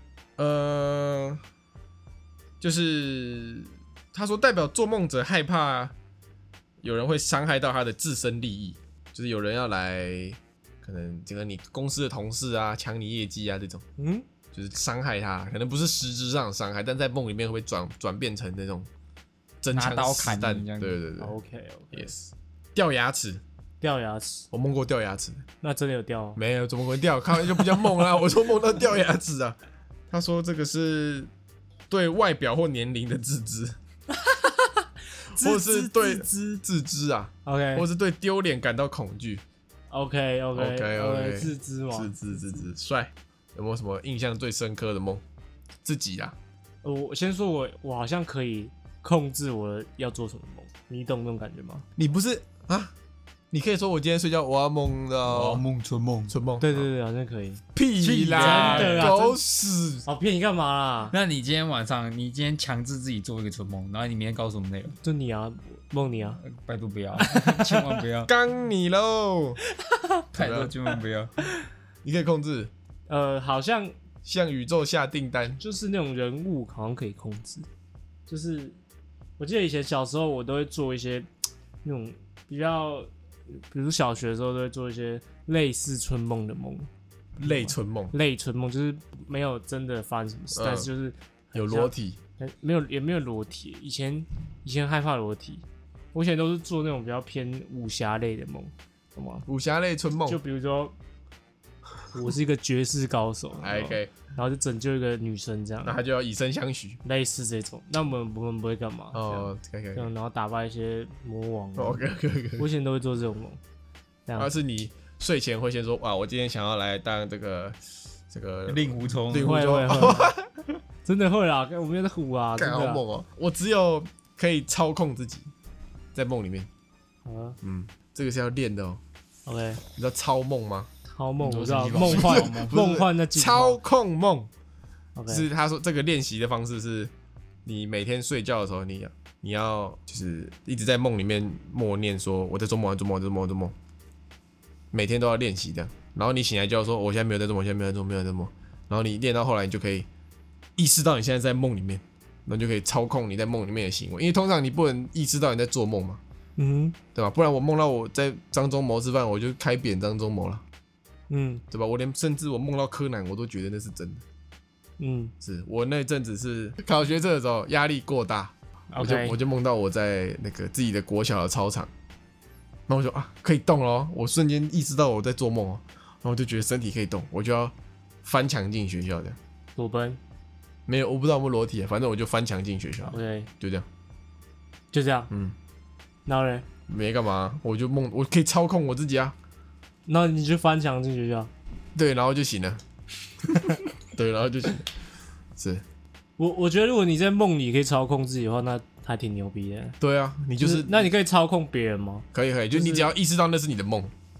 Speaker 2: 就是他说代表做梦者害怕有人会伤害到他的自身利益，就是有人要来，可能这个你公司的同事啊，抢你业绩啊这种，就是伤害他，可能不是实质上的伤害，但在梦里面会转变成那种真枪实弹，对。
Speaker 4: OK
Speaker 2: yes。掉牙齿，我梦过掉牙齿，
Speaker 4: 那真的有掉吗？
Speaker 2: 没有，怎么会掉？开玩笑不叫梦啦，我说梦到掉牙齿啊。他说这个是对外表或年龄的自知。或是对自知啊
Speaker 4: ，OK，
Speaker 2: 或是对丢脸感到恐惧
Speaker 4: ，OK， 自知嘛，
Speaker 2: 自知，帅。有没有什么印象最深刻的梦？自己啊，
Speaker 4: 我先说我好像可以控制我要做什么梦，你懂那种感觉吗？
Speaker 2: 你不是啊？你可以说我今天睡觉我要梦到春梦，
Speaker 4: 对，好像可以。
Speaker 2: 屁啦，
Speaker 4: 真的
Speaker 2: 狗屎！
Speaker 4: 骗你干嘛啦？
Speaker 3: 那你今天晚上，你今天强制自己做一个春梦，然后你明天告诉我们内容。
Speaker 4: 就你啊，梦你啊，
Speaker 3: 拜托不要，千万不要，
Speaker 2: 刚你喽！
Speaker 3: 太多千万不要。
Speaker 2: 你可以控制，
Speaker 4: 好像
Speaker 2: 向宇宙下订单，
Speaker 4: 就是那种人物好像可以控制。就是我记得以前小时候我都会做一些那种比较。比如小学的时候都会做一些类似春梦的梦，
Speaker 2: 类春梦
Speaker 4: 就是没有真的发生什么事，但是就是
Speaker 2: 有裸体，
Speaker 4: 也没有裸体。以前害怕裸体，我以前都是做那种比较偏武侠类的梦，懂吗？
Speaker 2: 武侠类春梦，
Speaker 4: 就比如说我是一个绝世高手
Speaker 2: ，OK，
Speaker 4: 然后就拯救一个女生这样，
Speaker 2: 那他就要以身相许，
Speaker 4: 类似这种。那我们不会干嘛？
Speaker 2: 可以，
Speaker 4: 然后打败一些魔王。
Speaker 2: OK，
Speaker 4: 我以前都会做这种梦。
Speaker 2: 要是你睡前会先说哇，我今天想要来当这个
Speaker 3: 令狐冲，
Speaker 4: 会，真的会啦，我没有在唬啊，真的
Speaker 2: 好猛哦！我只有可以操控自己在梦里面，这个是要练的哦。
Speaker 4: OK，
Speaker 2: 你知道超梦吗？
Speaker 4: 超梦我知道，梦幻的
Speaker 2: 操控梦，
Speaker 4: OK，
Speaker 2: 是他说这个练习的方式是，你每天睡觉的时候，你要就是一直在梦里面默念说我在做梦，每天都要练习的。然后你醒来就要说我现在没有在做梦，没有在做梦。然后你练到后来，你就可以意识到你现在在梦里面，然后就可以操控你在梦里面的行为。因为通常你不能意识到你在做梦嘛，对吧？不然我梦到我在张忠谋吃饭，我就开扁张忠谋了，对吧？甚至我梦到柯南，我都觉得那是真的。是我那阵子是考学测的时候压力过大，我就梦到我在那个自己的国小的操场，然后我就可以动了，我瞬间意识到我在做梦哦，然后我就觉得身体可以动，我就要翻墙进学校的。
Speaker 4: 裸奔？
Speaker 2: 没有，我不知道有没有裸体，反正我就翻墙进学校。
Speaker 4: OK，
Speaker 2: 就这样。
Speaker 4: 然后呢？
Speaker 2: 没干嘛，我就梦，我可以操控我自己啊。
Speaker 4: 然后你就翻墙进学校？
Speaker 2: 对，然后就醒了。对，然后就醒了。是。
Speaker 4: 我觉得如果你在梦里可以操控自己的话，那还挺牛逼的。
Speaker 2: 对啊，你就是，
Speaker 4: 那你可以操控别人吗？
Speaker 2: 可以，就你只要意识到那是你的梦，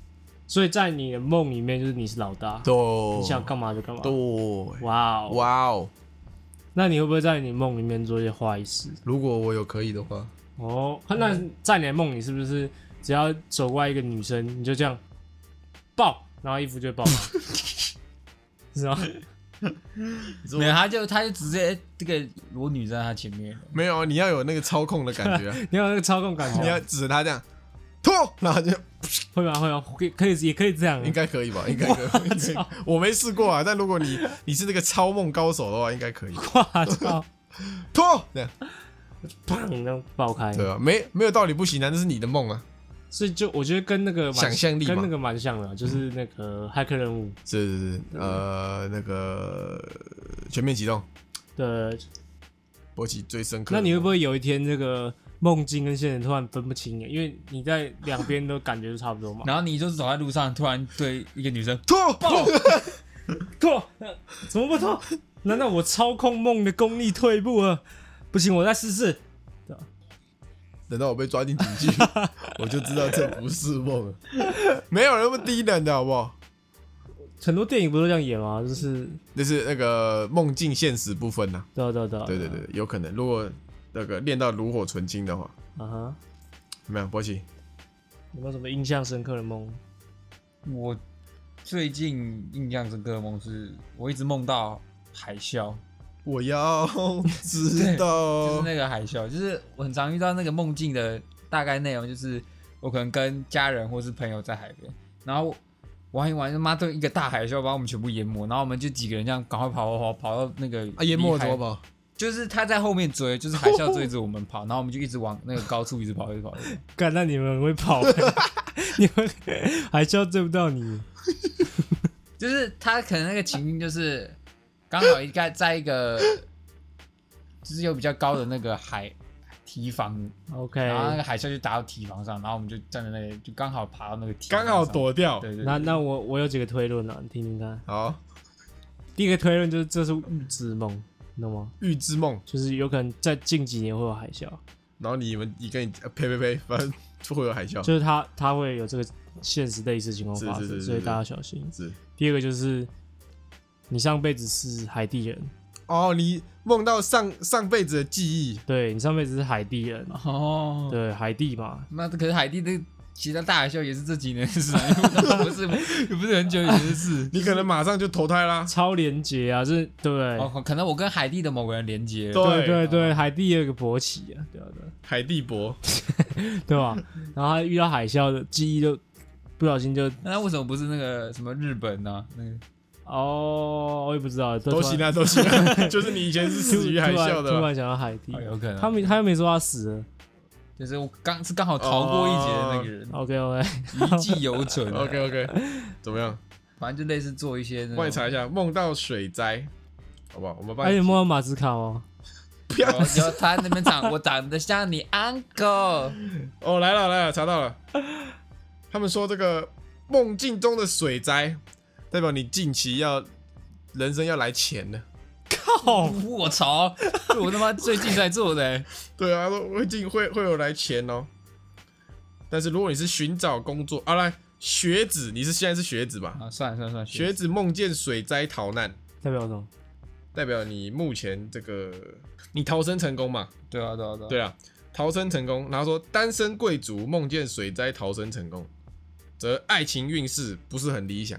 Speaker 4: 所以在你的梦里面，就是你是老大，
Speaker 2: 对，
Speaker 4: 你想干嘛就干嘛。
Speaker 2: 对，
Speaker 4: 哇哦，
Speaker 2: 哇哦！
Speaker 4: 那你会不会在你梦里面做一些坏事？
Speaker 2: 如果我有可以的话，
Speaker 4: 哦，那在你的梦里是不是只要走过来一个女生，你就这样抱，然后衣服就会爆开，是吗？
Speaker 3: 没有，他就直接这个裸女在他前面。
Speaker 2: 没有，你要有那个操控的感觉、啊，
Speaker 4: 你有那个操控感觉，
Speaker 2: 你要指着他这样脱，然后就
Speaker 4: 会吗？会吗？可以，也可以这样，
Speaker 2: 应该可以吧？应该可以。我没试过啊，但如果你是那个超梦高手的话，应该可以。
Speaker 4: 哇操！
Speaker 2: 脱，这样
Speaker 4: 砰，这样爆开。
Speaker 2: 对啊，没有道理不行啊，这是你的梦啊。
Speaker 4: 所以就我觉得跟那个
Speaker 2: 想象力嘛
Speaker 4: 跟那个蛮像的，就是那个骇客任务。
Speaker 2: 是，那个全面启动，
Speaker 4: 对，
Speaker 2: 波奇最深刻。
Speaker 4: 那你会不会有一天这个梦境跟现实突然分不清？因为你在两边都感觉都差不多嘛。
Speaker 3: 然后你就是走在路上，突然对一个女生
Speaker 2: 脱
Speaker 4: 爆，脱，怎么不脱？难道我操控梦的功力退步了？不行，我再试试。
Speaker 2: 等到我被抓进警局，我就知道这不是梦了。没有人那么低能的好不好？
Speaker 4: 很多电影不都这样演吗？就是
Speaker 2: 那个梦境现实不分呐。
Speaker 4: 对，
Speaker 2: 对，有可能。如果那个练到炉火纯青的话，怎么样，波奇？
Speaker 4: 有没有什么印象深刻的梦？
Speaker 3: 我最近印象深刻的梦是，我一直梦到海啸。
Speaker 2: 我要知道，
Speaker 3: 就是那个海啸，就是我很常遇到那个梦境的大概内容，就是我可能跟家人或是朋友在海边，然后玩一玩，他妈都一个大海啸把我们全部淹没，然后我们就几个人这样赶快跑到那个
Speaker 2: 淹没怎么跑？
Speaker 3: 就是他在后面追，就是海啸追着我们跑，然后我们就一直往那个高处一直跑。
Speaker 4: 干，那你们很会跑，你们海啸追不到你。
Speaker 3: 就是他可能那个情境就是刚好应该在一个就是有比较高的那个堤防
Speaker 4: ，OK，
Speaker 3: 然后那个海啸就打到堤防上，然后我们就站在那里，就刚好爬到那个堤防上，
Speaker 2: 刚好躲掉。
Speaker 3: 对。
Speaker 4: 那我有几个推论啊，你听听看。
Speaker 2: 好，
Speaker 4: 第一个推论就是这是预知梦，你懂吗？
Speaker 2: 预知梦
Speaker 4: 就是有可能在近几年会有海啸，
Speaker 2: 然后你跟你呸，反正就会有海啸，
Speaker 4: 就是他会有这个现实类似情况发生，所以大家小心。
Speaker 2: 是。第
Speaker 4: 二个就是你上辈子是海地人
Speaker 2: 哦，你梦到上辈子的记忆，
Speaker 4: 对，你上辈子是海地人
Speaker 3: 哦，
Speaker 4: 对，海地嘛。
Speaker 3: 那可是海地的其他大海啸也是这几年的事，不是很久以前的事。
Speaker 2: 你可能马上就投胎啦，
Speaker 4: 超连结啊，这对不对？
Speaker 3: 哦，可能我跟海地的某个人连结。
Speaker 4: 对，海地有一个勃起啊，对，
Speaker 2: 海地勃，
Speaker 4: 对吧？然后他遇到海啸的记忆就不小心就，
Speaker 3: 那为什么不是那个什么日本呢？那个
Speaker 4: 哦，我也不知道，
Speaker 2: 都行啊，就是你以前是死于海啸的，
Speaker 4: 突然想到海地，
Speaker 3: 有可能。
Speaker 4: 他又没说他死了，
Speaker 3: 就是我刚好逃过一劫的那个人。
Speaker 4: OK，
Speaker 3: 遗迹犹存。
Speaker 2: OK， 怎么样？
Speaker 3: 反正就类似做一些。
Speaker 2: 帮你查一下，梦到水灾，好不好？我们帮你。
Speaker 4: 还有梦到马斯卡吗？
Speaker 2: 不要，
Speaker 3: 有他那边长，我长得像你 uncle。
Speaker 2: 哦，来了，查到了。他们说这个梦境中的水灾，代表你近期人生要来钱了。
Speaker 4: 靠！
Speaker 3: 我操！我他妈最近才做的。
Speaker 2: 对啊，会有来钱哦。但是如果你是寻找工作啊，来学子，你现在是学子吧？
Speaker 3: 啊，算了，
Speaker 2: 学子梦见水灾逃难，
Speaker 4: 代表什么？
Speaker 2: 代表你目前这个你逃生成功嘛？
Speaker 3: 对啊，
Speaker 2: 逃生成功。然后说单身贵族梦见水灾逃生成功，则爱情运势不是很理想。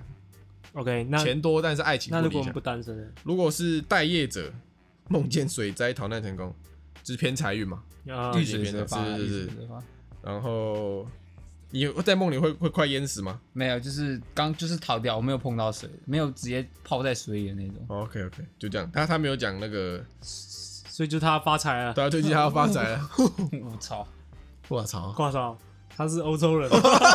Speaker 4: OK， 那
Speaker 2: 钱多，但是爱情不理想。
Speaker 4: 那如果我们不单身呢？
Speaker 2: 如果是待业者梦见水灾逃难成功，就是偏财运嘛，
Speaker 3: 遇水则发，
Speaker 2: 是。然后你在梦里会快淹死吗？
Speaker 3: 没有，就是逃掉，我没有碰到水，没有直接泡在水里的那种。
Speaker 2: OK， 就这样。他没有讲那个，
Speaker 4: 所以就他发财了。
Speaker 2: 对啊，最近他要发财了。
Speaker 3: 我操！
Speaker 2: 我操！
Speaker 4: 他是欧洲人。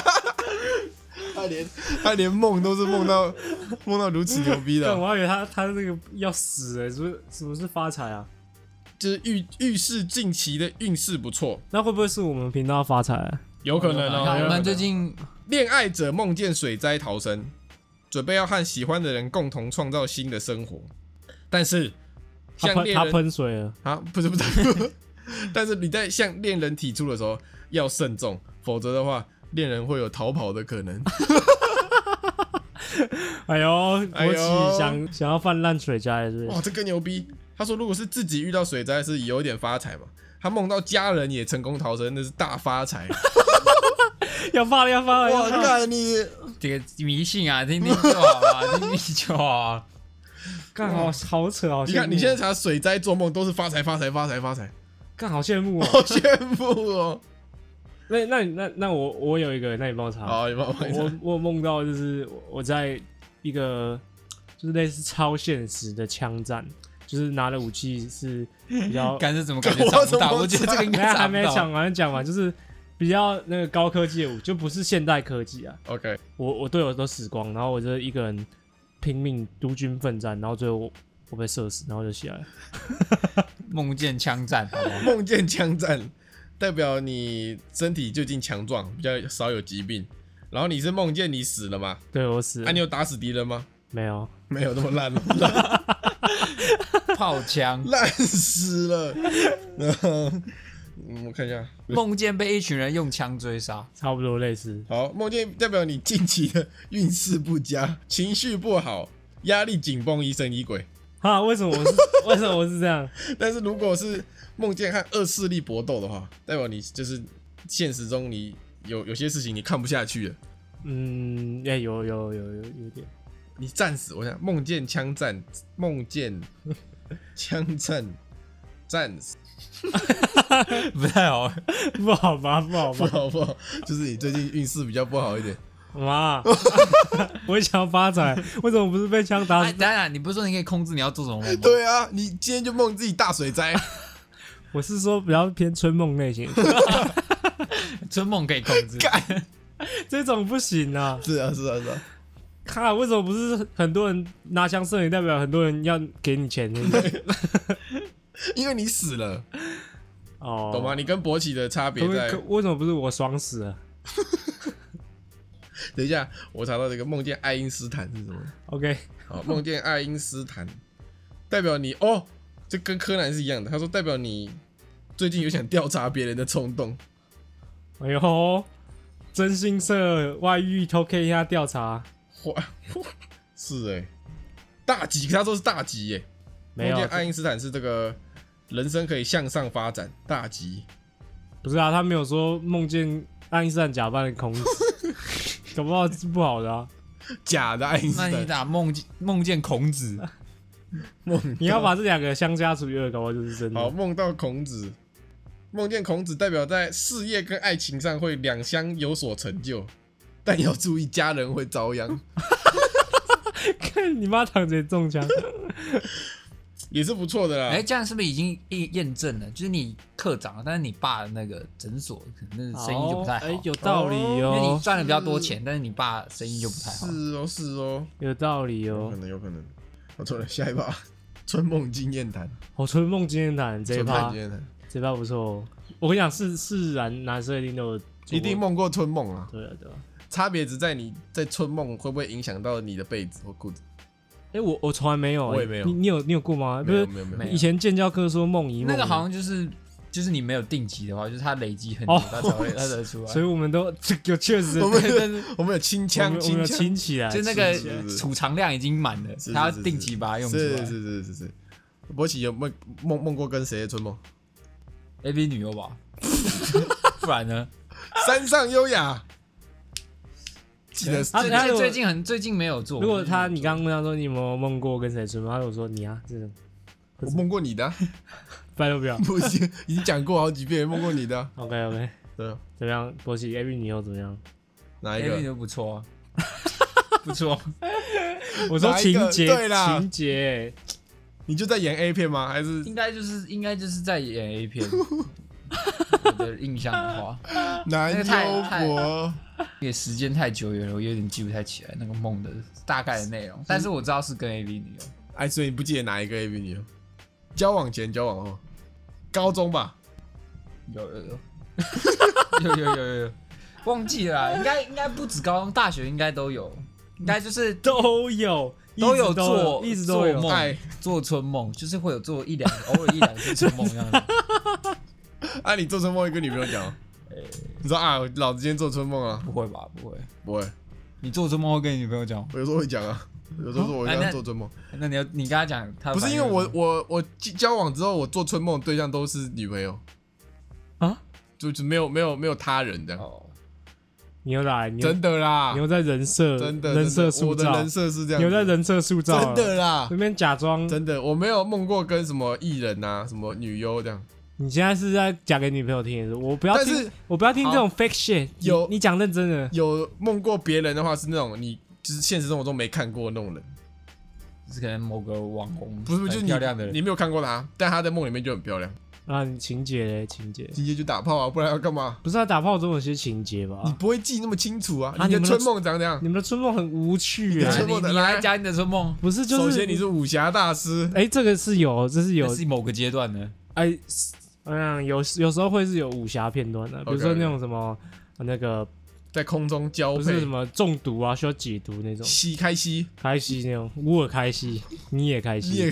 Speaker 2: 他连梦都是梦到如此牛逼的。
Speaker 4: 我还以为他那个要死了，是不是发财啊？
Speaker 2: 就是预示近期的运势不错。
Speaker 4: 那会不会是我们频道发财啊？
Speaker 2: 有可能哦。
Speaker 3: 我们最近
Speaker 2: 恋爱者梦见水灾逃生，准备要和喜欢的人共同创造新的生活，但是
Speaker 4: 他喷水了
Speaker 2: 啊？不是。但是你在向恋人提出的时候要慎重，否则的话恋人会有逃跑的可能。
Speaker 4: 哎呦，国旗想要泛滥水灾是不是？
Speaker 2: 哇，这更牛逼！他说，如果是自己遇到水灾是有点发财嘛，他梦到家人也成功逃生，那是大发财。
Speaker 4: 要发了！
Speaker 2: 哇，干你
Speaker 3: 这个迷信啊，听听就好啊，听听就好啊。
Speaker 4: 干好扯，好羡慕。
Speaker 2: 你看，你现在查水灾做梦都是发财，
Speaker 4: 干好羡慕哦，
Speaker 2: 好羡慕哦。
Speaker 4: 那我有一个，那你帮我查。
Speaker 2: 好，你帮我查。
Speaker 4: 我梦到就是我在一个就是类似超现实的枪战，就是拿的武器是比较。
Speaker 3: 干这怎么感觉找不到？我觉得这个应该
Speaker 4: 还没讲完，就是比较那个高科技的武，就不是现代科技啊。
Speaker 2: OK，
Speaker 4: 我队友都死光，然后我就一个人拼命孤军奋战，然后最后我被射死，然后就起来了。
Speaker 3: 梦见枪战，好不好？
Speaker 2: 梦见枪战代表你身体就近强壮，比较少有疾病。然后你是梦见你死了吗？
Speaker 4: 对，我死了。
Speaker 2: 你有打死敌人吗？
Speaker 4: 没有
Speaker 2: 那么烂了。
Speaker 3: 炮枪
Speaker 2: 烂死了。我看一下，
Speaker 3: 梦见被一群人用枪追杀，
Speaker 4: 差不多类似。
Speaker 2: 好，梦见代表你近期的运势不佳，情绪不好，压力紧绷，疑神疑鬼。
Speaker 4: 啊，为什么我是这样？
Speaker 2: 但是如果是梦见和恶势力搏斗的话，代表你就是现实中你有些事情你看不下去了。
Speaker 4: 有点。
Speaker 2: 你战死，我想梦见枪战，梦见枪战战死。
Speaker 3: 不太好，
Speaker 4: 不好吧？
Speaker 2: 就是你最近运势比较不好一点。
Speaker 4: 妈，我也想要发财，为什么不是被枪打死？
Speaker 3: 当然，你不是说你可以控制你要做什么梦吗？
Speaker 2: 对啊，你今天就梦自己大水灾。
Speaker 4: 我是说比较偏春梦类型，
Speaker 3: 春梦可以控制，
Speaker 4: 这种不行啊。
Speaker 2: 是啊。
Speaker 4: 看，为什么不是很多人拿枪射你，代表很多人要给你钱？
Speaker 2: 因为你死了，
Speaker 4: 哦，
Speaker 2: 懂吗？你跟勃起的差别在
Speaker 4: 为什么不是我爽死了？
Speaker 2: 等一下，我查到这个梦见爱因斯坦是什么
Speaker 4: ？OK，
Speaker 2: 好，梦见爱因斯坦代表你这跟柯南是一样的。他说代表你最近有想调查别人的冲动。
Speaker 4: 哎呦，征信社外遇偷 K 一下调查，
Speaker 2: 是大吉，他说是大吉耶。
Speaker 4: 没有，
Speaker 2: 梦见爱因斯坦是这个人生可以向上发展，大吉。
Speaker 4: 不是啊，他没有说梦见爱因斯坦假扮的孔子，搞不好是不好的啊。
Speaker 2: 假的爱因斯坦，
Speaker 3: 那你打梦见孔子，
Speaker 4: 你要把这两个相加除以2，搞不好就是真的。
Speaker 2: 好，梦到孔子，梦见孔子代表在事业跟爱情上会两相有所成就，但要注意家人会遭殃。
Speaker 4: 看你妈躺着中枪。
Speaker 2: 也是不错的啦。
Speaker 3: 这样是不是已经验证了？就是你课长，但是你爸的那个诊所可能生意就不太好。
Speaker 4: 有道理哦。
Speaker 3: 因为你赚的比较多钱，但是你爸生意就不太好。
Speaker 2: 是哦，
Speaker 4: 有道理哦。
Speaker 2: 有可能。我错了，下一把春梦经验谈。
Speaker 4: 春梦经验谈这一趴不错哦。我跟你讲，是男生一定都有，
Speaker 2: 一定梦过春梦啊。
Speaker 4: 对啊。
Speaker 2: 差别只在你在春梦会不会影响到你的被子或裤子。
Speaker 4: 我从来没有，
Speaker 2: 我也没有。
Speaker 4: 你有过吗？
Speaker 2: 没有。
Speaker 4: 以前建教科说梦遗梦，
Speaker 3: 那个好像就是你没有定期的话，就是它累积很久，它才会出来。
Speaker 4: 所以我们都有确实，
Speaker 2: 我们有清枪，
Speaker 4: 我们有清起来，
Speaker 3: 就那个储藏量已经满了，它要定期把它用出来。
Speaker 2: 是。博奇有梦过跟谁的春梦
Speaker 3: ？AV 女优吧，不然呢？
Speaker 2: 山上优雅。记得
Speaker 3: 最近没有做。
Speaker 4: 如果你刚刚问他说你有没有梦过跟谁春梦，他有说你啊，这种
Speaker 2: 我梦过你的，
Speaker 4: 拜托不要，
Speaker 2: 不行，已经讲过好几遍，梦过你的。
Speaker 4: OK， 对，怎么样？博奇 AV 女优怎么样？
Speaker 2: 哪一个
Speaker 3: AV 女优不错，不错。
Speaker 4: 我说情节，
Speaker 2: 对啦，
Speaker 4: 情节，
Speaker 2: 你就在演 A 片吗？还是
Speaker 3: 应该就是在演 A 片。我的印象的话，
Speaker 2: 男优博。
Speaker 3: 也时间太久远了，我有点记不太起来那个梦的大概的内容，但是我知道是跟 AV 女优。
Speaker 2: 所以你不记得哪一个 AV 女优？交往前、交往后，高中吧？
Speaker 3: 有，忘记了啦，应该不止高中，大学应该都有，应该就是
Speaker 4: 都有
Speaker 3: 做，
Speaker 4: 一直都有
Speaker 3: 梦，做春梦，就是会有做偶尔一两次春梦这样子。
Speaker 2: 你做春梦跟女朋友讲？你说老子今天做春梦啊？
Speaker 3: 不会吧？不会。 你做春梦会跟你女朋友讲？
Speaker 2: 我有时候会讲啊，有时候说我这样做春梦。
Speaker 3: 那你跟他讲，他
Speaker 2: 不是因为我交往之后，我做春梦的对象都是女朋友
Speaker 1: 啊，
Speaker 2: 就没有他人这样。
Speaker 1: 你又来，
Speaker 2: 真的啦，
Speaker 1: 你又在人设，
Speaker 2: 真的
Speaker 1: 人设塑造，
Speaker 2: 我的人设是这样，
Speaker 1: 你又在人设塑造，
Speaker 2: 真的啦，
Speaker 1: 那边假装，
Speaker 2: 真的，我没有梦过跟什么艺人啊，什么女优这样。
Speaker 1: 你现在是在讲给女朋友听的，我不要听这种 fake shit。你讲认真的，
Speaker 2: 有梦过别人的话是那种你就是现实生活中没看过那种人，
Speaker 3: 是可能某个网红，
Speaker 2: 不是就是
Speaker 3: 漂亮的人，
Speaker 2: 你没有看过他，但他在梦里面就很漂亮。
Speaker 1: 啊，你情节嘞，情节
Speaker 2: 就打炮啊，不然要干嘛？
Speaker 1: 不是打炮总有些情节吧？
Speaker 2: 你不会记那么清楚啊？你的春梦长怎样？
Speaker 1: 你们的春梦很无趣啊！
Speaker 3: 你来讲你的春梦，
Speaker 1: 不是就是
Speaker 2: 首先你是武侠大师，
Speaker 1: 这个是有，这是有，
Speaker 3: 是某个阶段的，
Speaker 1: 有时候会是有武侠片段的，比如说那种什么那个
Speaker 2: 在空中交配，
Speaker 1: 不是什么中毒啊需要解毒那种，
Speaker 2: 开西
Speaker 1: 那种，乌尔开西，你也开心，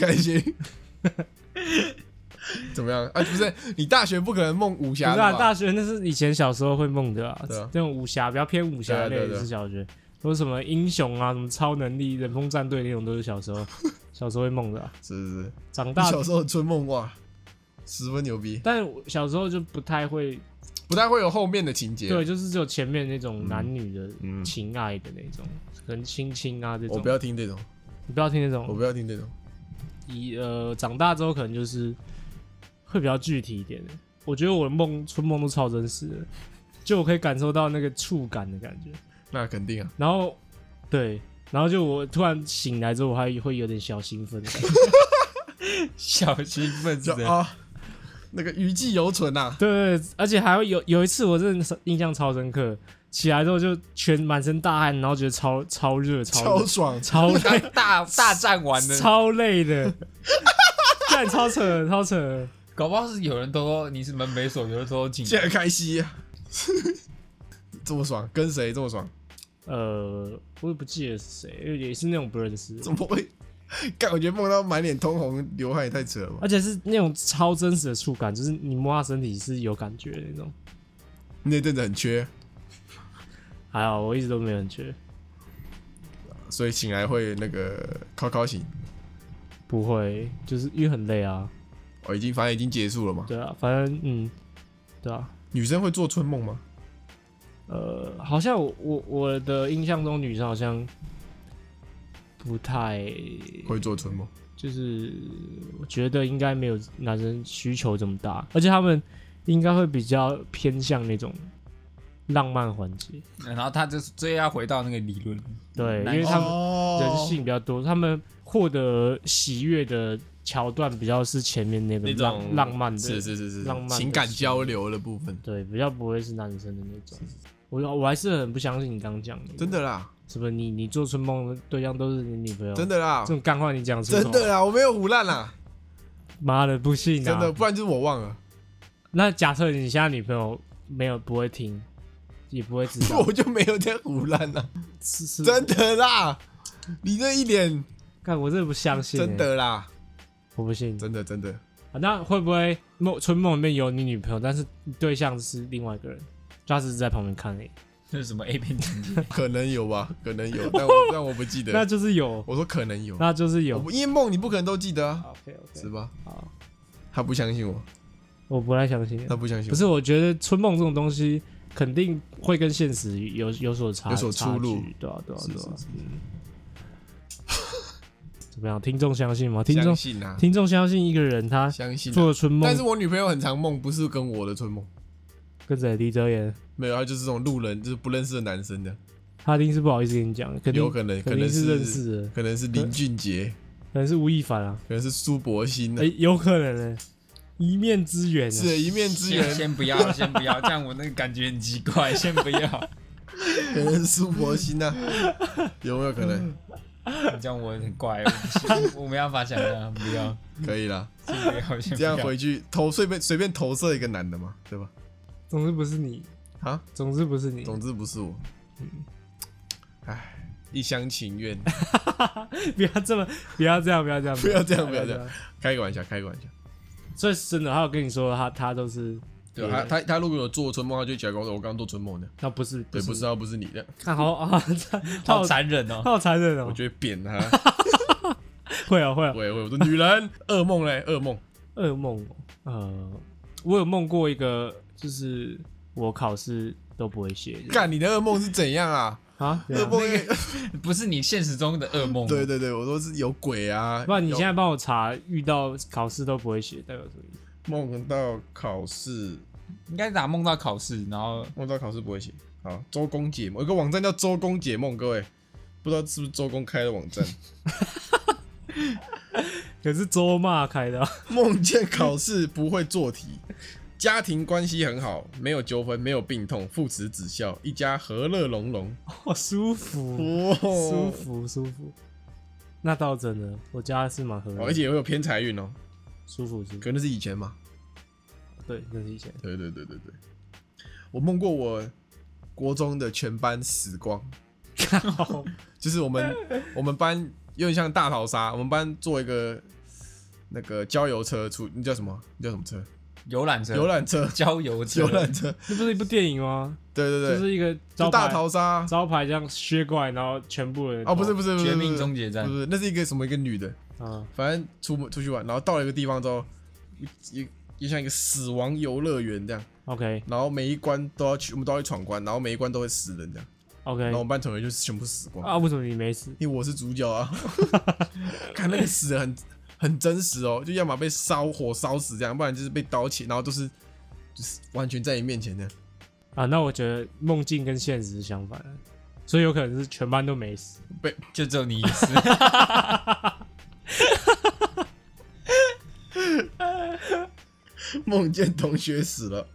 Speaker 2: 怎么样啊？不是你大学不可能梦武侠的吧？
Speaker 1: 不是大学那是以前小时候会梦的啊，
Speaker 2: 对啊，
Speaker 1: 那种武侠比较偏武侠类的是小学，都是什么英雄啊，什么超能力、人风战队那种都是小时候会梦的啊。
Speaker 2: 是，
Speaker 1: 长大
Speaker 2: 小时候的春梦哇，十分牛逼。
Speaker 1: 但小时候就不太会
Speaker 2: 有后面的情节，
Speaker 1: 对，就是只有前面那种男女的情爱的那种，可能亲啊这种。
Speaker 2: 我不要听这种，
Speaker 1: 你不要听这种，
Speaker 2: 我不要听这种。
Speaker 1: 长大之后可能就是会比较具体一点的。我觉得我的春梦都超真实的，就我可以感受到那个触感的感觉。
Speaker 2: 那肯定啊。
Speaker 1: 然后对，然后就我突然醒来之后，我还会有点小兴奋的感觉。
Speaker 3: 小兴奋是
Speaker 2: 啊，那个余悸犹存啊。
Speaker 1: 对，而且还会有一次我真的印象超深刻。起来之后就全满身大汗，然后觉得超热、
Speaker 2: 超爽、
Speaker 1: 超累，
Speaker 3: 大战完的，
Speaker 1: 超累的，干超扯，
Speaker 3: 搞不好是有人都说你是门没锁，有人说紧，
Speaker 2: 现在开心啊，这么爽，跟谁这么爽？
Speaker 1: 我也不记得是谁，因为也是那种不认识。
Speaker 2: 怎么会？干，我觉得梦到满脸通红、流汗也太扯了吧！
Speaker 1: 而且是那种超真实的触感，就是你摸他身体是有感觉的那种。
Speaker 2: 那阵子很缺。
Speaker 1: 还好，我一直都没有很缺，
Speaker 2: 所以醒来会那个靠醒，
Speaker 1: 不会，就是因为很累啊。
Speaker 2: 反正已经结束了嘛。
Speaker 1: 对啊，反正对啊。
Speaker 2: 女生会做春梦吗？
Speaker 1: 好像我的印象中，女生好像不太
Speaker 2: 会做春梦，
Speaker 1: 就是我觉得应该没有男生需求这么大，而且他们应该会比较偏向那种。浪漫环节，
Speaker 3: 然后他这要回到那个理论，
Speaker 1: 对，因为他们人性比较多，他们获得喜悦的桥段比较是前面那种浪漫的，
Speaker 2: 是
Speaker 1: 浪漫
Speaker 2: 情感交流的部分，
Speaker 1: 对，比较不会是男生的那种。我还是很不相信你刚刚讲的，
Speaker 2: 真的啦，
Speaker 1: 是不是？你做春梦的对象都是你女朋友，
Speaker 2: 真的啦，
Speaker 1: 这种干话你讲出
Speaker 2: 真的啦，我没有唬烂啦，
Speaker 1: 妈的不信啊，
Speaker 2: 真的，不然就是我忘了。
Speaker 1: 那假设你现在女朋友不会听。也不会知道，
Speaker 2: 我就没有在胡乱啊，
Speaker 1: 是
Speaker 2: 真的啦，你那一脸，
Speaker 1: 看我真的不相信，
Speaker 2: 真的啦，
Speaker 1: 我不信，
Speaker 2: 真的
Speaker 1: 啊，那会不会春梦里面有你女朋友，但是对象是另外一个人，他只是在旁边看而已？
Speaker 3: 这是什么 A 片情节？
Speaker 2: 可能有吧，可能有，但我不记得。
Speaker 1: 那就是有，
Speaker 2: 我说可能有，
Speaker 1: 那就是有，
Speaker 2: 因为梦你不可能都记得啊
Speaker 1: ，OK，
Speaker 2: 是吧？
Speaker 1: 好，
Speaker 2: 他不相信我，
Speaker 1: 我不太相信，
Speaker 2: 他不相信我，
Speaker 1: 不是，我觉得春梦这种东西。肯定会跟现实有所出入，对啊。怎么样？听众相信吗？
Speaker 2: 相信啊！
Speaker 1: 听众相信一个人他
Speaker 2: 相信
Speaker 1: 做了春梦，
Speaker 2: 但是我女朋友很常梦，不是跟我的春梦，
Speaker 1: 跟谁？李哲言
Speaker 2: 没有，他就是这种路人，就是不认识的男生的。
Speaker 1: 他一定是不好意思跟你讲，
Speaker 2: 有可能
Speaker 1: 是认识的，
Speaker 2: 可能是林俊杰，
Speaker 1: 可能是吴亦凡啊，
Speaker 2: 可能是苏博兴啊，
Speaker 1: 有可能呢。一面之缘，
Speaker 2: 是一面之缘。
Speaker 3: 先不要，这样我那个感觉很奇怪。先不要，
Speaker 2: 可能是苏博兴啊，有没有可能？
Speaker 3: 这样我很怪，我没办法想象，不要。
Speaker 2: 可以啦，
Speaker 3: 先不要，
Speaker 2: 这样回去随便投射一个男的嘛，对吧？
Speaker 1: 总之不是你
Speaker 2: 啊，
Speaker 1: 总之不是你，
Speaker 2: 总之不是我。唉，一厢情愿。
Speaker 1: 不要这样，不要这样，
Speaker 2: 开个玩笑。所
Speaker 1: 以真的，他有跟你说他都是
Speaker 2: 对，他如果有做春梦，他就起来跟我说我刚刚做春梦的。
Speaker 4: 那不是，
Speaker 2: 对，不是，不是你的。
Speaker 4: 看好啊，
Speaker 3: 好残忍哦，
Speaker 4: 好残忍哦。
Speaker 2: 我就会扁他。
Speaker 4: 会啊，会啊，
Speaker 2: 会，我说女人噩梦嘞，噩
Speaker 4: 梦，我有梦过一个，就是我考试都不会写。
Speaker 2: 干，你的噩梦是怎样啊？
Speaker 4: 啊，
Speaker 2: 噩梦
Speaker 3: 不是你现实中的噩梦。
Speaker 2: 对，我说是有鬼啊。
Speaker 4: 不然你现在帮我查，遇到考试都不会写，代表什么意思？
Speaker 2: 梦到考试，
Speaker 3: 应该打梦到考试，然后
Speaker 2: 梦到考试不会写。好，周公解梦，有个网站叫周公解梦，各位不知道是不是周公开的网站？
Speaker 4: 可是周骂开的、啊。
Speaker 2: 梦见考试不会做题，家庭关系很好，没有纠纷，没有病痛，父慈子孝，一家和乐融融。
Speaker 4: 哦，舒服，舒服。那倒真的，我家是蛮和乐、
Speaker 2: 而且也会有偏财运哦，
Speaker 4: 舒服。
Speaker 2: 可能是以前嘛。
Speaker 4: 对，那是以前。
Speaker 2: 对。我梦过我国中的全班死光，就是我们班有点像大逃杀，我们班做一个那个郊游车出，你叫什么车？
Speaker 3: 游览车，郊游车，
Speaker 2: 游览车，
Speaker 4: 那不是一部电影吗？
Speaker 2: 对，
Speaker 4: 就是一个
Speaker 2: 就大逃杀，
Speaker 4: 招牌这样削过来，然后全部人
Speaker 2: 不是
Speaker 3: 绝命终结战，
Speaker 2: 不是，那是一个女的，反正出去玩，然后到了一个地方之后，也像一个死亡游乐园这样
Speaker 4: ，OK，
Speaker 2: 然后每一关都要去，我们都要去闯关，然后每一关都会死人这样
Speaker 4: ，OK，
Speaker 2: 然后我们班同学就全部死光
Speaker 4: 啊？为什么你没死？
Speaker 2: 因为我是主角啊，看那个死的很真实哦，就要么被火烧死这样，不然就是被刀切，然后就是完全在你面前的。
Speaker 4: 啊，那我觉得梦境跟现实是相反的，所以有可能是全班都没死，
Speaker 3: 就只有你死。
Speaker 2: 梦见同学死了，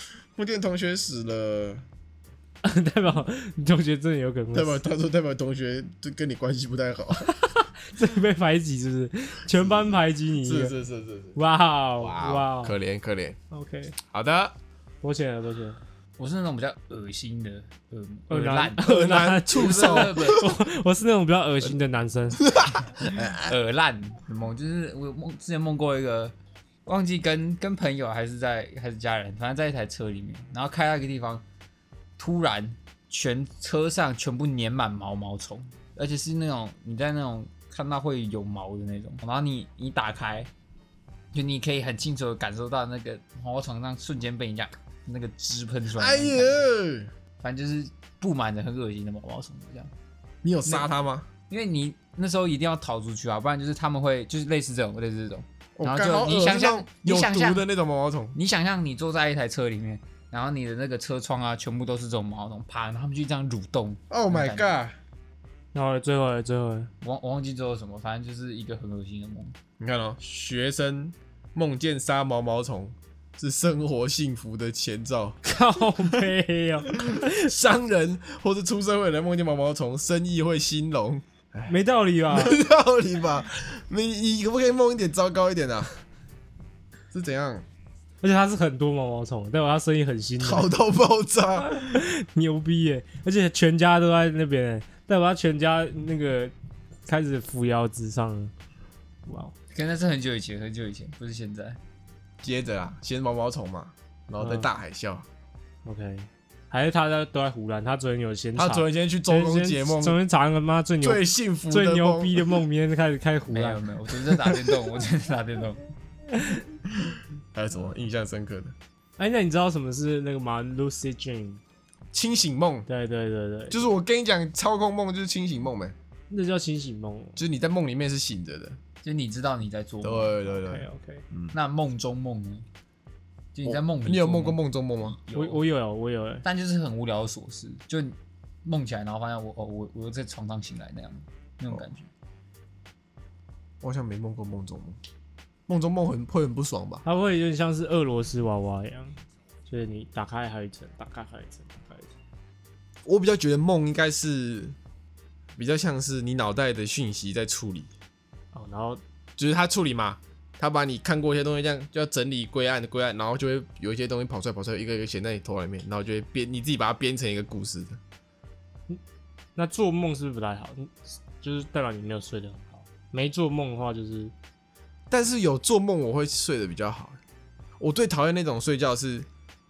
Speaker 4: 代表你同学真的有可能会死，
Speaker 2: 代表同学就跟你关系不太好，
Speaker 4: 这被排挤是不是？全班排挤你一个，
Speaker 2: 是，
Speaker 4: 哇哦，
Speaker 2: 可怜
Speaker 4: ，OK，
Speaker 2: 好的，
Speaker 4: 多钱？
Speaker 3: 我是那种比较恶心的
Speaker 4: 恶
Speaker 2: 男畜生，
Speaker 4: 我是那种比较恶心的男生，
Speaker 3: 烂梦，就是我之前梦过一个，忘记跟朋友还是家人，反正在一台车里面，然后开到一个地方，突然全车上全部粘满毛毛虫，而且是那种你在那种看到会有毛的那种，然后你打开，就你可以很清楚的感受到那个毛毛虫上瞬间被你这样那个汁喷出来，
Speaker 2: 哎呀，
Speaker 3: 反正就是布满着很恶心的毛毛虫这样。
Speaker 2: 你有杀他吗？
Speaker 3: 因为你那时候一定要逃出去啊，不然就是他们会就是类似这种，然后
Speaker 2: 就
Speaker 3: 你想象
Speaker 2: 有毒的那种毛毛虫，
Speaker 3: 你想象你坐在一台车里面，然后你的那个车窗啊，全部都是这种毛毛虫，啪，然后他们就这样蠕动。
Speaker 2: Oh my god！
Speaker 4: 然后最后
Speaker 3: 我忘记最后什么，反正就是一个很恶心的梦。
Speaker 2: 你看哦，学生梦见杀毛毛虫是生活幸福的前兆。
Speaker 4: 靠背哦，
Speaker 2: 商人或是出社会的人梦见毛毛虫，生意会兴隆。
Speaker 4: 没道理吧？
Speaker 2: 没道理吧？你可不可以梦一点糟糕一点啊？是怎样？
Speaker 4: 而且它是很多毛毛虫，代表它生意很兴隆，
Speaker 2: 好到爆炸，
Speaker 4: 牛逼耶！而且全家都在那边，代表他全家那个开始扶摇直上了。哇！
Speaker 3: 可那是很久以前，不是现在。
Speaker 2: 接着啊，先毛毛虫嘛，然后再大海啸。
Speaker 4: OK， 还是他都在胡乱？他昨天有先查，
Speaker 2: 他昨天先去周公解梦，
Speaker 4: 昨天查那个妈最
Speaker 2: 幸福、
Speaker 4: 最牛逼的梦，明天开始胡乱。
Speaker 3: 没有，我昨天在打电动，
Speaker 2: 还有什么印象深刻的？
Speaker 4: 哎，那你知道什么是那个吗 ？Lucid Dream，
Speaker 2: 清醒梦。
Speaker 4: 对，
Speaker 2: 就是我跟你讲，操控梦就是清醒梦呗。
Speaker 4: 那叫清醒梦，
Speaker 2: 就是你在梦里面是醒着的，
Speaker 3: 就你知道你在做梦。
Speaker 2: 对。
Speaker 4: OK，
Speaker 3: 那梦中梦呢？就你在梦里，
Speaker 2: 你有梦过梦中梦吗？
Speaker 4: 我有，
Speaker 3: 但就是很无聊的琐事，就梦起来，然后发现我又在床上醒来那种感觉。
Speaker 2: 我好像没梦过梦中梦，梦中梦会很不爽吧？
Speaker 4: 它会有点像是俄罗斯娃娃一样，就是你打开还有一层，打开还有一层。
Speaker 2: 我比较觉得梦应该是比较像是你脑袋的讯息在处理，
Speaker 4: 然后
Speaker 2: 就是他处理嘛。他把你看过一些东西，这样就要整理归案，然后就会有一些东西跑出来，一个一个写在你头里面，然后就会你自己把它编成一个故事的。
Speaker 4: 那做梦是不是不太好？就是代表你没有睡得很好。没做梦的话，就是，
Speaker 2: 但是有做梦我会睡得比较好。我最讨厌那种睡觉是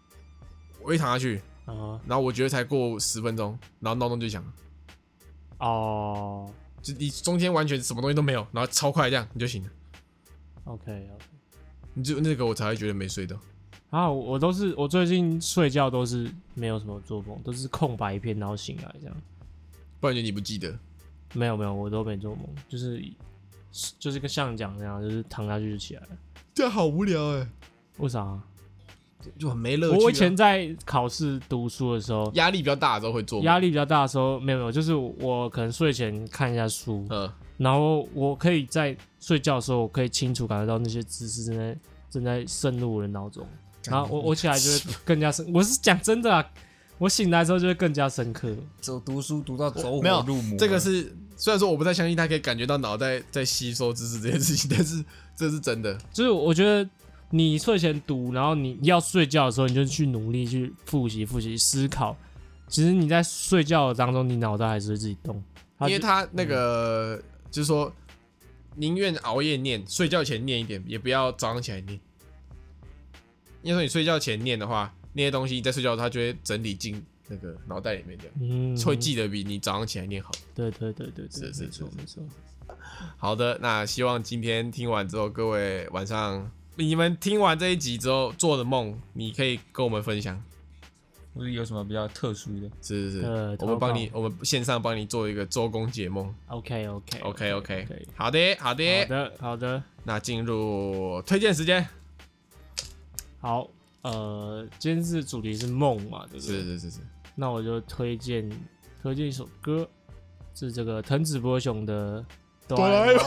Speaker 2: 我一躺下去，
Speaker 4: 啊，
Speaker 2: 然后我觉得才过10分钟，然后闹钟就响了，
Speaker 4: 哦
Speaker 2: 就你中间完全什么东西都没有，然后超快这样你就醒了，
Speaker 4: ，OK，
Speaker 2: 你就那个我才会觉得没睡到。
Speaker 4: 啊，我最近睡觉都是没有什么做梦，都是空白一片，然后醒来这样。
Speaker 2: 不然就你不记得。
Speaker 4: 没有，我都没做梦，就是跟像你讲那样，就是躺下去就起来了。
Speaker 2: 这样好无聊哎，
Speaker 4: 为啥？
Speaker 2: 就很没乐趣啊。
Speaker 4: 我以前在考试读书的时候，
Speaker 2: 压力比较大的时候会做梦，
Speaker 4: 压力比较大的时候，没有，就是我可能睡前看一下书，
Speaker 2: 嗯，
Speaker 4: 然后我可以在睡觉的时候，我可以清楚感觉到那些知识正在渗入我的脑中，然后我起来就会更加深。我是讲真的啊，我醒来之后就会更加深刻。
Speaker 3: 走读书读到走
Speaker 2: 没有
Speaker 3: 火入魔，
Speaker 2: 这个是虽然说我不太相信他可以感觉到脑袋在吸收知识这件事情，但是这是真的。
Speaker 4: 就是我觉得你睡前读，然后你要睡觉的时候，你就去努力去复习、思考。其实你在睡觉的当中，你脑袋还是会自己动，
Speaker 2: 因为他那个就是说，宁愿熬夜念，睡觉前念一点，也不要早上起来念。因为说你睡觉前念的话，那些东西在睡觉的时候它就会整理进那个脑袋里面，这样，会记得比你早上起来念好。
Speaker 4: 对，
Speaker 2: 是
Speaker 4: 没错。
Speaker 2: 好的，那希望今天听完之后，各位晚上你们听完这一集之后做的梦，你可以跟我们分享。
Speaker 3: 或是有什么比较特殊的？
Speaker 2: 是，我们线上帮你做一个周公解梦。
Speaker 4: OK，
Speaker 2: 好的，那进入推荐时间。
Speaker 4: 好，今天主题是梦嘛，对不对？
Speaker 2: 是。
Speaker 4: 那我就推荐一首歌，是这个藤子不二雄的哆啦 A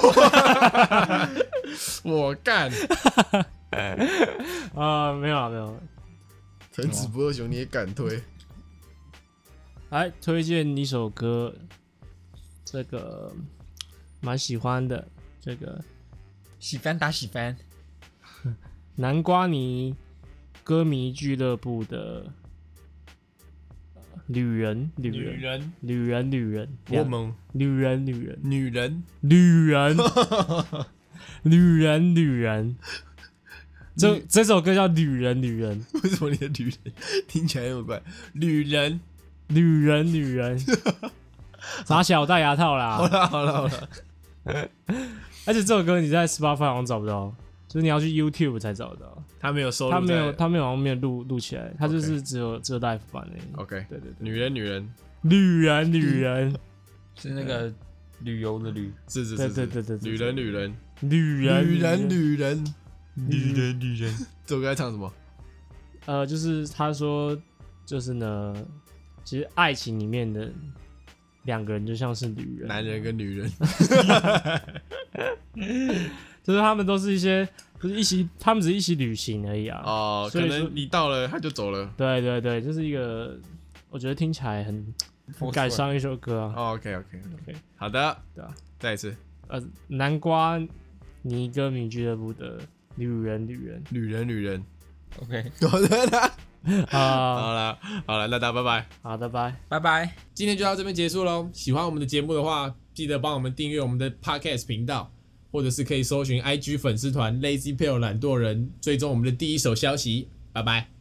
Speaker 4: 梦。
Speaker 2: 我干
Speaker 4: 没有。
Speaker 2: 藤子不二雄你也敢推？
Speaker 4: 来推荐一首歌，这个蛮喜欢的，这个
Speaker 3: 喜欢打喜欢，
Speaker 4: 南瓜泥歌迷俱乐部的女人，
Speaker 2: 我们女人。
Speaker 4: 这首歌叫《女人》，
Speaker 2: 为什么你的女人听起来那么怪？女人，
Speaker 4: 傻小戴牙套啦。
Speaker 2: 好了。
Speaker 4: 而且这首歌你在 Spotify 好像找不到，就是你要去 YouTube 才找得到。
Speaker 2: 他没有收录，
Speaker 4: 他没有好像没有录起来，他就是只有 live 版而已。
Speaker 2: OK，
Speaker 4: 对，
Speaker 2: 女人，
Speaker 3: 是那个旅游的旅，
Speaker 2: 是，
Speaker 4: 对，
Speaker 2: 女人，这首歌在唱什么？
Speaker 4: 就是他说，就是呢，其实爱情里面的两个人就像是女人，
Speaker 2: 男人跟女人，
Speaker 4: 就是他们都是一些，不是一起，他们只是一起旅行而已啊。
Speaker 2: 哦，可能你到了他就走了。
Speaker 4: 对，就是一个，我觉得听起来很感伤一首歌啊。
Speaker 2: 哦 OK， 好的，
Speaker 4: 对啊，
Speaker 2: 再一次，
Speaker 4: 南瓜泥歌迷俱乐部的女人。
Speaker 2: OK， 好的，好了，那大家拜拜。
Speaker 4: 好的，拜
Speaker 3: 拜。
Speaker 2: 今天就到这边结束喽。喜欢我们的节目的话，记得帮我们订阅我们的 Podcast 频道，或者是可以搜寻 IG 粉丝团 Lazy Pale 懒惰人，追踪我们的第一手消息。拜拜。